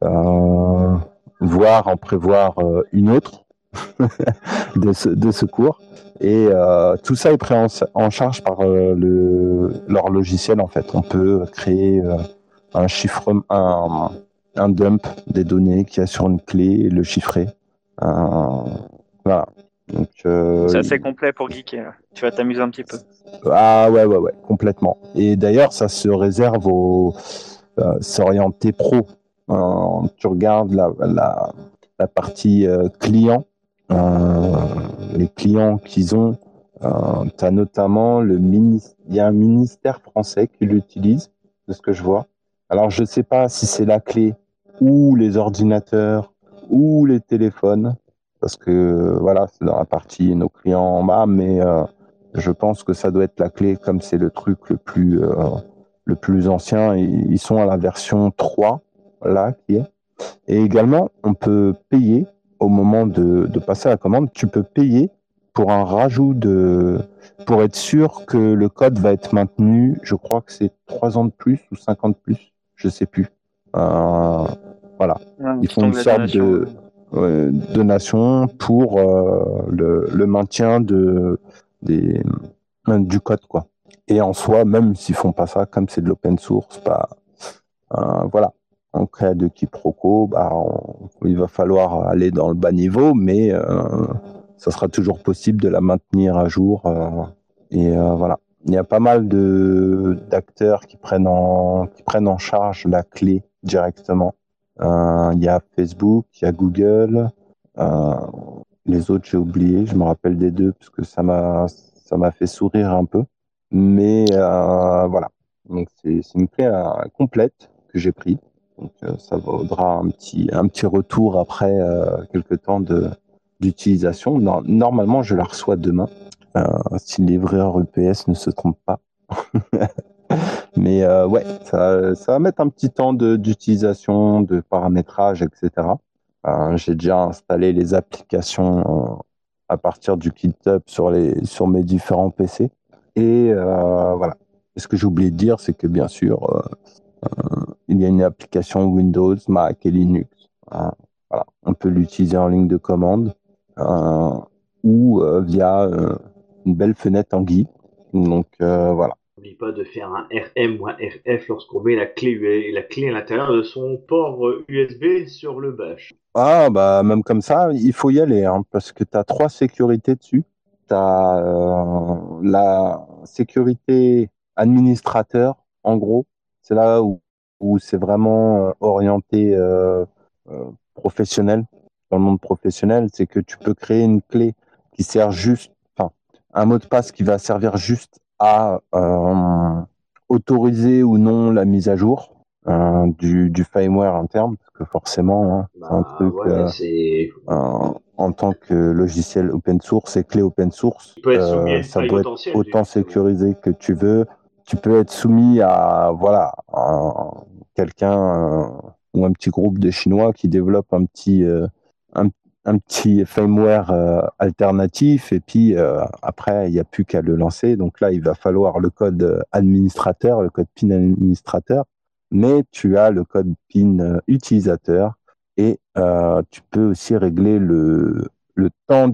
voire en prévoir une autre de secours. Et tout ça est pris en charge par leur logiciel en fait. On peut créer un dump des données qu'il y a sur une clé et le chiffrer. Voilà. Donc, C'est assez complet pour geeker, là. Tu vas t'amuser un petit peu. ah ouais, complètement. Et d'ailleurs, ça se réserve aux s'orienter pro. Tu regardes la partie client, les clients qu'ils ont. Tu as notamment il y a un ministère français qui l'utilise, de ce que je vois. Alors, je ne sais pas si c'est la clé ou les ordinateurs ou les téléphones, parce que voilà, c'est dans la partie nos clients en bas, mais je pense que ça doit être la clé, comme c'est le truc le plus ancien. Ils sont à la version 3, là, qui est. Et également, on peut payer au moment de passer à la commande. Tu peux payer pour un rajout pour être sûr que le code va être maintenu. Je crois que c'est 3 ans de plus ou 5 ans de plus. Je sais plus. Voilà. Ouais, Ils qui font tombe une la sorte donation. de donation pour le maintien du code, quoi. Et en soi, même s'ils font pas ça, comme c'est de l'open source, voilà. En cas de quiproquo, il va falloir aller dans le bas niveau, mais ça sera toujours possible de la maintenir à jour. Et voilà. Il y a pas mal d'acteurs qui prennent en charge la clé directement. Il y a Facebook, il y a Google. Euh, les autres, j'ai oublié. Je me rappelle des deux parce que ça m'a fait sourire un peu. Mais voilà. Donc c'est une clé complète que j'ai pris. Donc ça vaudra un petit retour après quelques temps d'utilisation. Normalement, je la reçois demain, si le livreur UPS ne se trompe pas. Mais ouais, ça va mettre un petit temps d'utilisation, de paramétrage, etc. J'ai déjà installé les applications à partir du GitHub sur mes différents PC. Et voilà. Et ce que j'ai oublié de dire, c'est que bien sûr, il y a une application Windows, Mac et Linux. Voilà. On peut l'utiliser en ligne de commande euh, ou via une belle fenêtre en GUI. Donc voilà. N'oublie pas de faire un RM ou un RF lorsqu'on met la clé à l'intérieur de son port USB sur le bash. Ah, bah, même comme ça, il faut y aller, hein, parce que tu as trois sécurités dessus. Tu as la sécurité administrateur, en gros. C'est là où c'est vraiment orienté professionnel. Dans le monde professionnel, c'est que tu peux créer une clé qui sert juste, enfin, un mot de passe qui va servir juste à autoriser ou non la mise à jour du firmware interne, parce que forcément, hein, c'est un truc Ouais, c'est. en tant que logiciel open source et clé open source, Il peut être soumis à une ça faille peut être potentielle, autant justement. sécurisé que tu veux. Tu peux être soumis à voilà quelqu'un ou un petit groupe de Chinois qui développe un, un petit firmware alternatif et puis après il n'y a plus qu'à le lancer. Donc là il va falloir le code administrateur, le code PIN administrateur, mais tu as le code PIN utilisateur et tu peux aussi régler le temps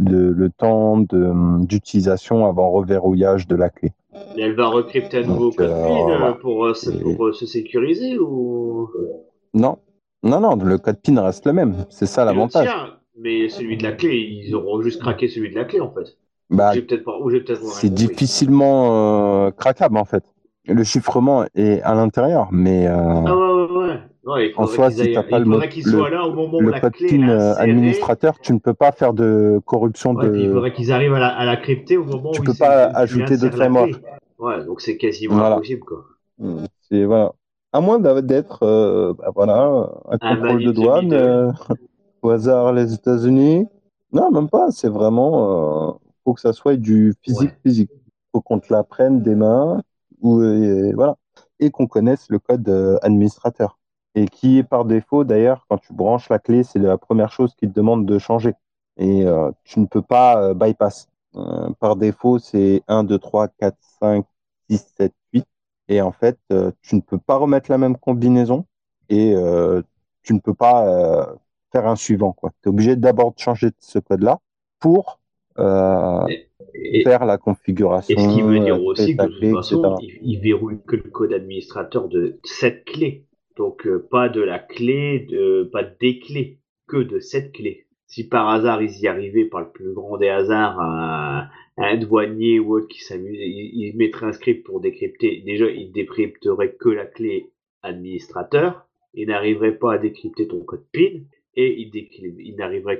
d'utilisation avant reverrouillage de la clé. Et elle va recrypter un nouveau Donc code PIN voilà. pour se sécuriser ou. Non, non, le code PIN reste le même. C'est ça Et le l'avantage. tien, mais celui de la clé, ils auront juste craqué celui de la clé en fait. Bah, Ou j'ai peut-être rien c'est compris. difficilement craquable en fait. Le chiffrement est à l'intérieur, mais Ah ouais. Ouais, en soi, si tu n'as pas il faudrait qu'ils soient là au moment où le la code clé est PIN insérée. administrateur, tu ne peux pas faire de corruption Ouais, puis il de. faudrait qu'ils arrivent à la crypter au moment Tu où peux pas tu ajouter d'autres insères la frameworks. clé. Ouais, donc c'est quasiment Voilà. impossible quoi. C'est voilà. À moins d'être bah, voilà, un Un contrôle man de in the douane middle. au hasard les États-Unis. Non, même pas. C'est vraiment faut que ça soit du Ouais. physique. Faut qu'on te l'apprenne des mains ou voilà et qu'on connaisse le code administrateur et qui est par défaut d'ailleurs quand tu branches la clé, c'est la première chose qui te demande de changer et tu ne peux pas bypass. Par défaut, c'est 1, 2, 3, 4, 5, 6, 7, 8. Et en fait, tu ne peux pas remettre la même combinaison et tu ne peux pas faire un suivant, quoi. Tu es obligé d'abord de changer ce code-là pour euh, Et, et, faire la et ce qui veut configuration, dire créer aussi que ta de toute clé, façon, etc. il verrouille que le code administrateur de cette clé. Donc pas de la clé, pas des clés, que de cette clé. Si par hasard ils y arrivaient par le plus grand des hasards, un douanier ou autre qui s'amuse, il mettrait un script pour décrypter. Déjà, il décrypterait que la clé administrateur. Il n'arriverait pas à décrypter ton code PIN et il n'arriverait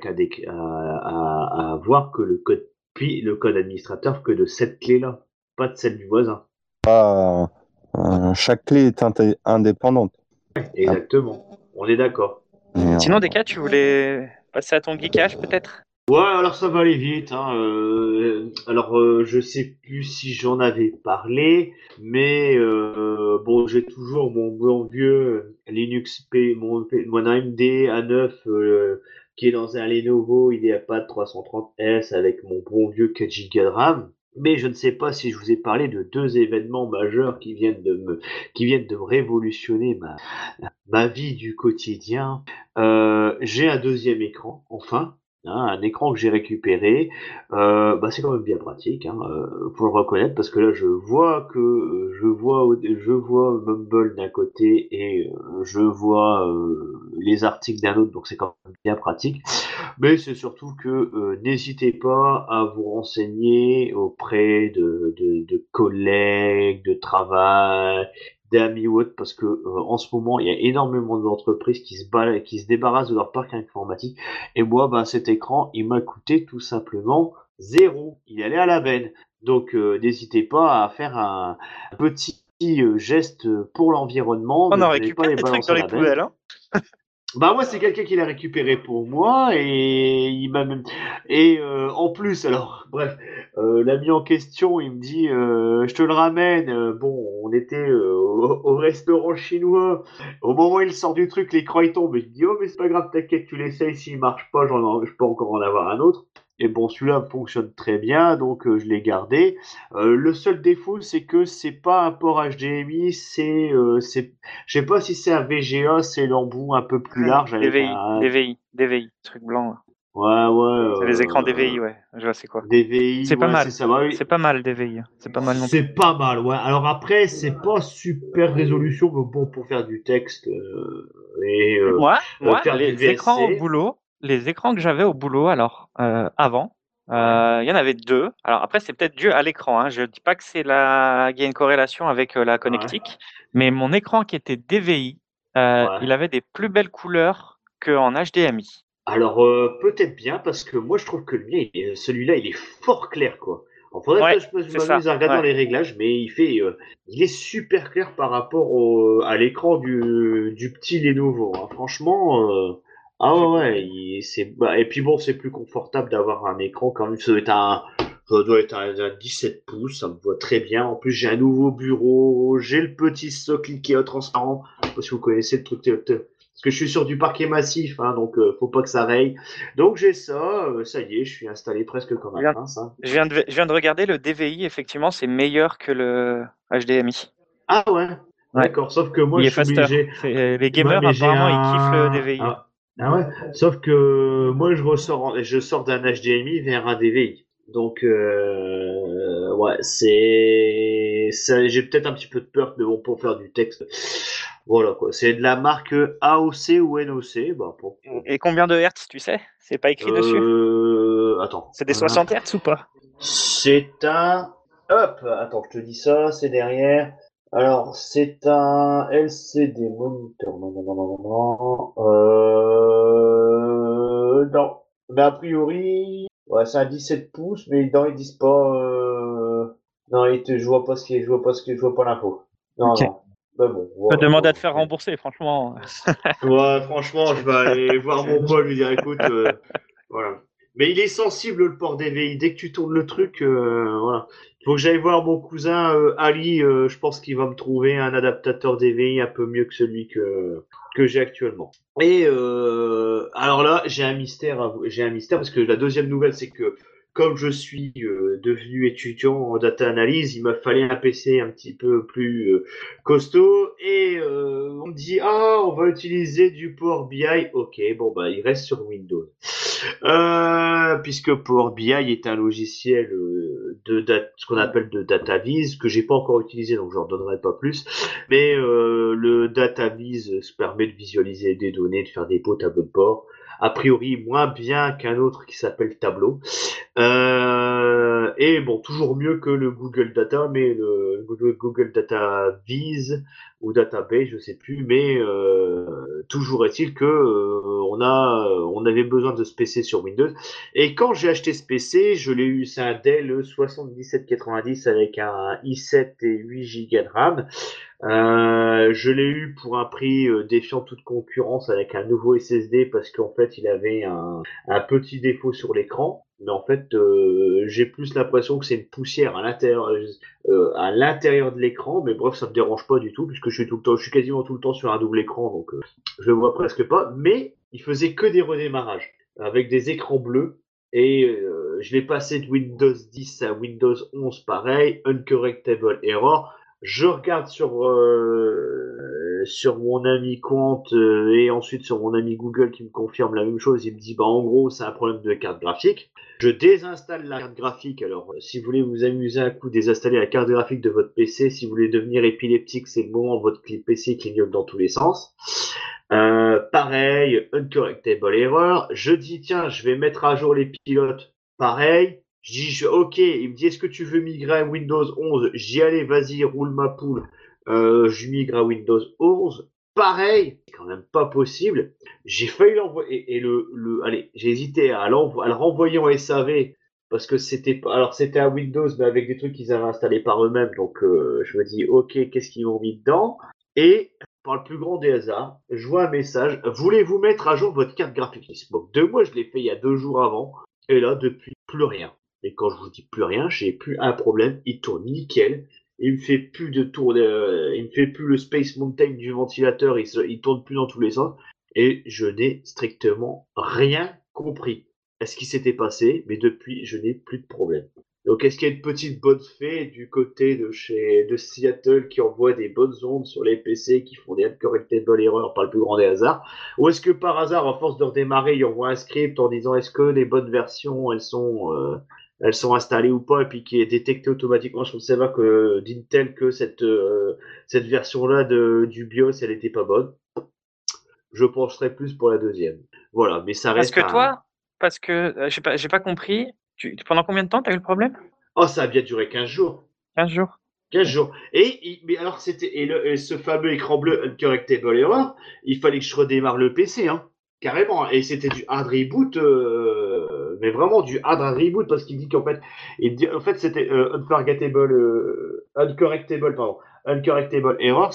à voir que le code puis le code administrateur que de cette clé-là, pas de celle du voisin. Pas, chaque clé est indépendante. Ah, Exactement. On est d'accord. et, Sinon, Descartes, tu voulais passer à ton geekage peut-être? Ouais, alors ça va aller vite. Hein. Je sais plus si j'en avais parlé, mais bon, j'ai toujours mon bon vieux Linux mon AMD A9 qui est dans un Lenovo IdeaPad 330S avec mon bon vieux 4 Go de RAM. Mais je ne sais pas si je vous ai parlé de deux événements majeurs qui viennent de me révolutionner ma vie du quotidien. J'ai un deuxième écran, enfin. Hein, un écran que j'ai récupéré, c'est quand même bien pratique, hein, faut le reconnaître parce que là je vois Mumble d'un côté et je vois les articles d'un autre, donc c'est quand même bien pratique. Mais c'est surtout que n'hésitez pas à vous renseigner auprès de collègues de travail d'AMI ou autre, parce que en ce moment, il y a énormément d'entreprises qui se débarrassent de leur parc informatique. Et moi, ben, cet écran, il m'a coûté tout simplement zéro. Il allait à la benne. Donc, n'hésitez pas à faire un petit geste pour l'environnement. On Ne en prenez pas récupère les des trucs balances dans à les la benne. poubelles, hein. Bah moi c'est quelqu'un qui l'a récupéré pour moi et il m'a même et en plus alors bref l'ami en question il me dit je te le ramène. Bon on était au restaurant chinois, au moment où il sort du truc l'écran il tombe et je dis oh mais c'est pas grave t'inquiète tu l'essayes, s'il marche pas je peux encore en avoir un autre. Et bon celui-là fonctionne très bien donc je l'ai gardé. Le seul défaut c'est que c'est pas un port HDMI, c'est je sais pas si c'est un VGA, c'est l'embout un peu plus large avec DVI, un. DVI, DVI, truc blanc, là. Ouais, ouais, C'est les écrans DVI, ouais. Je vois c'est quoi. DVI, C'est pas ouais, c'est mal. ça. Bah oui. C'est pas mal DVI, hein. C'est pas mal non plus. C'est pas mal, ouais. Alors après, c'est pas super résolution, mais bon, pour faire du texte et Moi, faire du les écrans au VSC. boulot, les écrans que j'avais au boulot, alors, avant, il y en avait 2. Alors après, c'est peut-être dû à l'écran, hein. Je dis pas que qu'il y a une corrélation avec, la Ouais, connectique, mais mon écran qui était DVI, ouais. il avait des plus belles couleurs qu'en HDMI. Alors peut-être bien parce que moi je trouve que celui-là, il est fort clair, quoi. Alors, faudrait Ouais, que je c'est m'amuse ça, à regarder dans ouais. les réglages, mais il est super clair par rapport à l'écran du petit Lenovo, hein. Franchement, ah J'ai ouais, ouais, bah, et puis bon, c'est plus confortable d'avoir un écran quand même. Ça doit être un 17 pouces, ça me voit très bien. En plus, j'ai un nouveau bureau, j'ai le petit socle Ikea transparent. Je sais pas si vous connaissez le truc, parce que je suis sur du parquet massif, hein, donc faut pas que ça raye. Donc j'ai ça, ça y est, je suis installé presque comme je un viens prince, hein. je viens de regarder le DVI, effectivement, c'est meilleur que le HDMI. Ah ouais, Ouais, d'accord. Sauf que moi, il je est suis faster. obligé. C'est les Ouais, gamers, mais j'ai apparemment, ils kiffent le un. DVI. Ah ouais. Sauf que moi, je sors d'un HDMI vers un DVI. Donc, ouais, j'ai peut-être un petit peu de peur, mais bon, pour faire du texte, voilà quoi. C'est de la marque AOC ou NOC, bah Et combien de hertz, tu sais? C'est pas écrit dessus? attends. C'est des 60 hertz ou pas? C'est un. Hop, attends, je te dis ça, c'est derrière. Alors, c'est un LCD monitor. Non, non, non, non, non, non. Non. Mais a priori, ouais, c'est un 17 pouces, mais non, ils disent pas. Non, je vois pas je vois pas l'info. Non, Ok. non. Mais bon, Je peux voilà, demander à te quoi. faire rembourser, franchement. Ouais, franchement, je vais aller voir mon pote, lui dire, écoute, voilà. Mais il est sensible le port DVI. Dès que tu tournes le truc, voilà. Il faut que j'aille voir mon cousin Ali. Je pense qu'il va me trouver un adaptateur DVI un peu mieux que celui que j'ai actuellement. Et alors là, j'ai un mystère parce que la deuxième nouvelle, c'est que comme je suis devenu étudiant en data analyse, il m'a fallu un PC un petit peu plus costaud et on me dit ah on va utiliser du Power BI. Ok, bon bah il reste sur Windows. Puisque Power BI est un logiciel ce qu'on appelle de data viz que j'ai pas encore utilisé donc j'en donnerai pas plus. Mais le data viz se permet de visualiser des données, de faire des beaux tableaux de bord. A priori moins bien qu'un autre qui s'appelle Tableau. Et bon, toujours mieux que le Google Data, mais le Google Data Viz ou Database, je sais plus, mais toujours est-il que on avait besoin de ce PC sur Windows. Et quand j'ai acheté ce PC, je l'ai eu, c'est un Dell 7790 avec un i7 et 8 Go de RAM. Je l'ai eu pour un prix défiant toute concurrence avec un nouveau SSD parce qu'en fait il avait un petit défaut sur l'écran. Mais en fait, j'ai plus l'impression que c'est une poussière à l'intérieur de l'écran. Mais bref, ça me dérange pas du tout puisque je suis quasiment tout le temps sur un double écran, donc je le vois presque pas. Mais il faisait que des redémarrages avec des écrans bleus. Et je l'ai passé de Windows 10 à Windows 11 pareil, uncorrectable error. Je regarde sur mon ami Quant et ensuite sur mon ami Google qui me confirme la même chose. Il me dit bah en gros c'est un problème de carte graphique. Je désinstalle la carte graphique. Alors si vous voulez vous amuser un coup, désinstaller la carte graphique de votre PC. Si vous voulez devenir épileptique, c'est le moment. Votre PC clignote dans tous les sens. Pareil, uncorrectable error. Je dis tiens, je vais mettre à jour les pilotes. Pareil. Ok, il me dit est-ce que tu veux migrer à Windows 11? J'y allais, vas-y, roule ma poule. je migre à Windows 11. Pareil, c'est quand même pas possible. J'ai failli l'envoyer, et allez, j'ai hésité à le renvoyer en SAV, parce que c'était à Windows, mais avec des trucs qu'ils avaient installés par eux-mêmes, donc je me dis, ok, qu'est-ce qu'ils m'ont mis dedans? Et, par le plus grand des hasards, je vois un message, voulez-vous mettre à jour votre carte graphique? Bon, 2 mois, je l'ai fait il y a 2 jours avant, et là, depuis, plus rien. Et quand je vous dis plus rien, j'ai plus un problème, il tourne nickel. Il me fait plus de tour, il me fait plus le Space Mountain du ventilateur, il tourne plus dans tous les sens, et je n'ai strictement rien compris à ce qui s'était passé, mais depuis, je n'ai plus de problème. Donc, est-ce qu'il y a une petite bonne fée du côté de Seattle qui envoie des bonnes ondes sur les PC qui font des uncorrectable errors par le plus grand des hasards? Ou est-ce que par hasard, à force de redémarrer, il envoie un script en disant est-ce que les bonnes versions, elles sont installées ou pas, et puis qui est détecté automatiquement sur le serveur d'Intel que cette version-là du BIOS, elle était pas bonne? Je pencherais plus pour la deuxième. Voilà, mais ça Parce reste que un. toi, j'ai pas compris. Pendant combien de temps tu as eu le problème? Oh, ça a bien duré 15 jours. 15 jours. 15 jours. Mais alors, et ce fameux écran bleu Uncorrectable Error, il fallait que je redémarre le PC, hein, carrément. Et c'était du hard reboot, mais vraiment du hard reboot, parce qu'il dit qu'en fait, c'était Uncorrectable, pardon. Uncorrectable Error,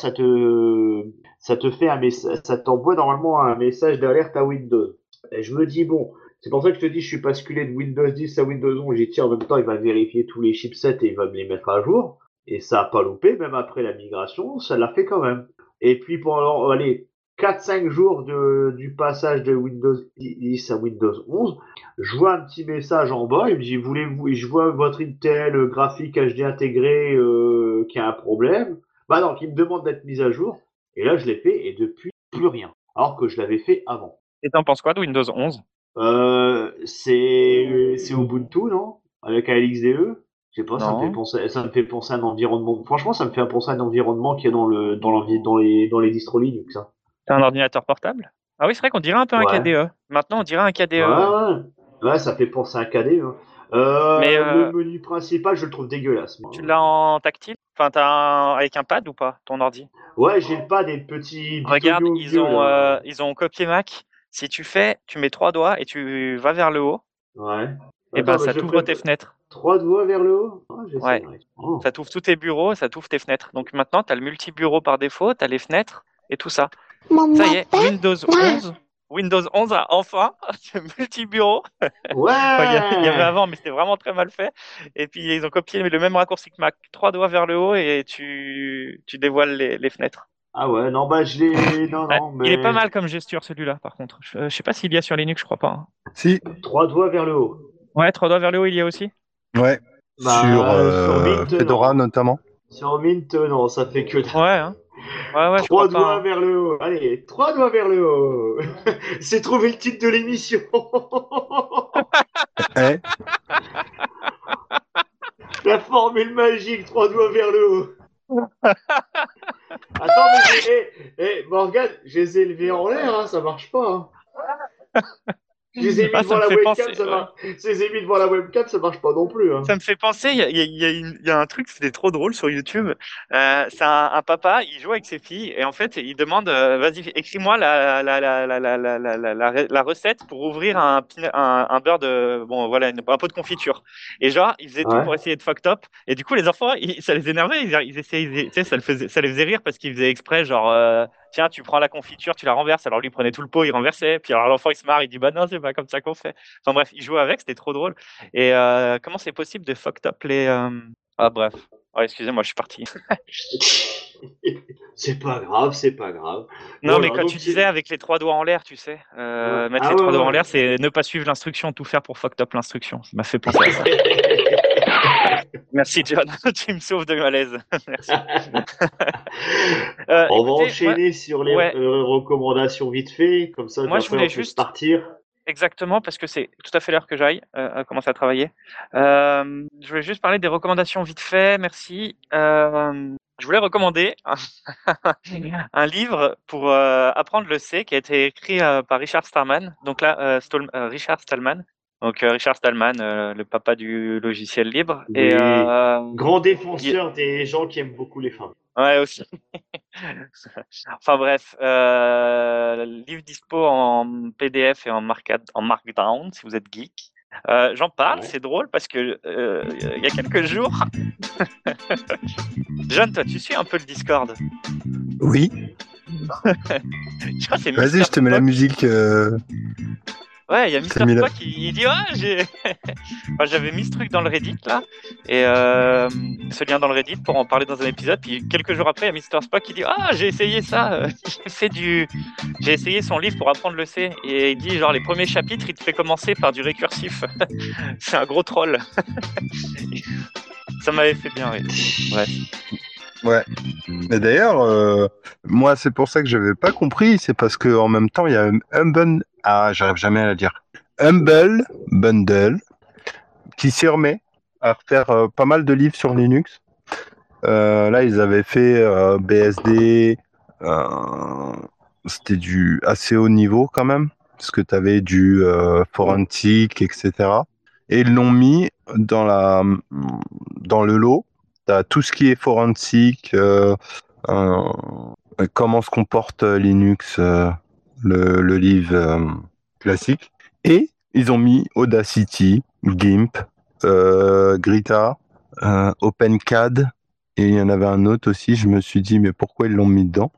ça te fait un message, ça t'envoie normalement un message d'alerte à Windows. Et je me dis, bon, c'est pour ça que je te dis, je suis basculé de Windows 10 à Windows 11, j'y tiens en même temps, il va vérifier tous les chipsets et il va me les mettre à jour. Et ça a pas loupé, même après la migration, ça l'a fait quand même. Et puis pendant, allez, 4-5 jours du passage de Windows 10 à Windows 11, je vois un petit message en bas, il me dit, voulez-vous, et je vois votre Intel graphique HD intégré qui a un problème. Bah non, qui me demande d'être mis à jour. Et là, je l'ai fait, et depuis, plus rien. Alors que je l'avais fait avant. Et t'en penses quoi de Windows 11? C'est Ubuntu, non? Avec ALXDE? Je sais pas, Non. ça me fait penser à un environnement. Franchement, ça me fait penser à un environnement qui est dans les distros Linux, ça. T'as un ordinateur portable? Ah oui, c'est vrai qu'on dirait un peu un Ouais. KDE. Maintenant, on dirait un Ouais, KDE, ouais. ouais. Ouais, ça fait penser à un KD, hein. Mais Le menu principal, je le trouve dégueulasse, moi. tu l'as en tactile? Enfin, avec un pad ou pas, ton ordi? Ouais, j'ai pas des petits Regarde, bitoniaux au milieu, là. ils ont copié Mac. Si tu mets 3 doigts et tu vas vers le haut, Ouais. et ben Attends, mais ça je t'ouvre ferai tes fenêtres. 3 doigts vers le haut? Ah, Ouais, j'essaierai. Oh. ça t'ouvre tous tes bureaux, ça t'ouvre tes fenêtres. Donc maintenant, tu as le multi-bureau par défaut, tu as les fenêtres et tout ça. Ça y est, Windows 11 a enfin ce multi-bureau. Enfin, il y avait Ouais! avant, mais c'était vraiment très mal fait. Et puis, ils ont copié le même raccourci que Mac. 3 doigts vers le haut et tu dévoiles les fenêtres. Ah ouais, non, bah je l'ai. Non, Ouais, non, il est pas mais. mal comme gesture, celui-là, par contre. Je sais pas s'il y a sur Linux, je crois pas, hein. Si, 3 doigts vers le haut. Ouais, 3 doigts vers le haut, il y a aussi. ouais. Sur Sur Mint, Fedora non. notamment. Sur Mint, non, ça fait que Ouais, hein. Ouais, je crois trois pas, doigts hein. vers le haut. Allez, 3 doigts vers le haut. C'est trouvé le titre de l'émission. Eh, La formule magique, 3 doigts vers le haut. Attends, mais Morgane, je les ai élevés en l'air, hein, ça marche pas, hein. Je les ai mis Ah, ça devant me la fait webcam, penser. ça Ouais. marche. Je les ai mis devant la webcam, ça marche pas non plus, hein. Ça me fait penser, il y a un truc, c'était trop drôle sur YouTube. C'est un papa, il joue avec ses filles et en fait, il demande, vas-y, écris-moi la recette pour ouvrir un beurre de, bon, voilà, un pot de confiture. Et genre, il faisait tout Ouais. pour essayer de fucked up. Et du coup, les enfants, ça les énervait, tu sais, ça les faisait rire parce qu'ils faisaient exprès, genre, tiens, tu prends la confiture, tu la renverses. Alors lui, il prenait tout le pot, il renversait. Puis alors l'enfant, il se marre, il dit, bah non, c'est pas comme ça qu'on fait. Enfin bref, il jouait avec, c'était trop drôle. Et comment c'est possible de fucked up les. Ah, bref. Oh, excusez-moi, je suis parti. C'est pas grave, c'est pas grave. Non, mais Voilà, quand tu donc disais c'est. avec les 3 doigts en l'air, tu sais, Ouais. mettre Ah les ouais, 3 doigts en ouais. l'air, c'est ne pas suivre l'instruction, tout faire pour fucked up l'instruction. Ça m'a fait penser à ça. Merci, John. Tu me sauves de malaise. Merci. On va Écoutez, enchaîner sur les ouais, recommandations vite fait, comme ça moi, je après on voulais peut se juste. partir. Exactement, parce que c'est tout à fait l'heure que j'aille commencer à travailler. Je voulais juste parler des recommandations vite fait, merci. Je voulais recommander un livre pour apprendre le C qui a été écrit par Richard Stallman. Donc là, Richard Stallman. Donc Richard Stallman, le papa du logiciel libre. Oui. Et Grand défenseur des gens qui aiment beaucoup les femmes. ouais aussi. Enfin bref, livre dispo en PDF et en Markdown si vous êtes geek. J'en parle, Ouais. c'est drôle parce que il y a quelques jours, John, toi, tu suis un peu le Discord. Oui, Je crois que c'est vas-y, Mister je te mets la Spock. musique. Ouais, il y a t'as Mister mis la- Spock, il dit j'ai. Enfin, j'avais mis ce truc dans le Reddit là, et ce lien dans le Reddit pour en parler dans un épisode. Puis quelques jours après, il y a Mister Spock qui dit j'ai essayé ça, j'ai essayé son livre pour apprendre le C, et il dit genre les premiers chapitres, il te fait commencer par du récursif. C'est un gros troll. Ça m'avait fait bien rire. Bref. Ouais. Et d'ailleurs, moi, c'est pour ça que j'avais pas compris. C'est parce que en même temps, il y a Humble. Ah, j'arrive jamais à la dire. Humble Bundle qui s'y remet à refaire pas mal de livres sur Linux. Là, ils avaient fait BSD. C'était du assez haut niveau quand même, parce que tu avais du forensic, etc. Et ils l'ont mis dans le lot. Tu as tout ce qui est forensic, euh, comment se comporte Linux, le livre classique. Et ils ont mis Audacity, GIMP, Grita, OpenCAD, et il y en avait un autre aussi. Je me suis dit, mais pourquoi ils l'ont mis dedans?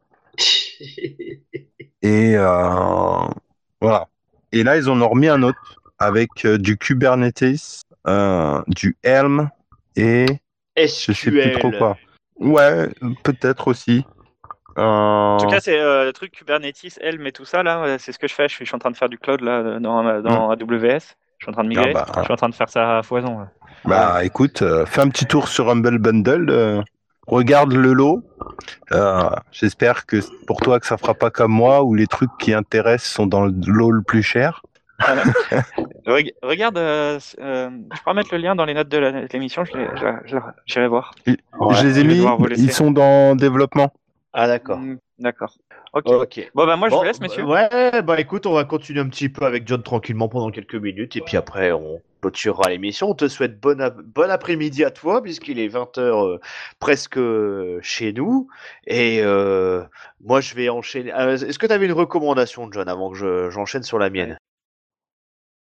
Et voilà. Et là, ils en ont remis un autre avec du Kubernetes, du Helm et je sais plus trop SQL. quoi. Ouais, peut-être aussi. En tout cas, c'est le truc Kubernetes, Helm et tout ça là, c'est ce que je fais. Je suis en train de faire du cloud là dans AWS. Je suis en train de Ah migrer. bah, Je suis en train de faire ça à foison. Là. bah écoute, fais un petit tour sur Humble Bundle, regarde le lot. J'espère que pour toi que ça fera pas comme moi où les trucs qui intéressent sont dans le lot le plus cher. Regarde, je pourrais mettre le lien dans les notes de l'émission. J'irai voir. Je les ai Je vais mis, devoir vous ils laisser. sont dans développement. Ah d'accord. D'accord. Ok. Ok. Bon, bah moi, je vous Bon, laisse, messieurs. ouais, bah écoute, on va continuer un petit peu avec John tranquillement pendant quelques minutes et puis après on clôturera l'émission. On te souhaite bon après-midi à toi puisqu'il est 20h presque chez nous et moi je vais enchaîner. Est-ce que tu avais une recommandation, John, avant que j'enchaîne sur la mienne?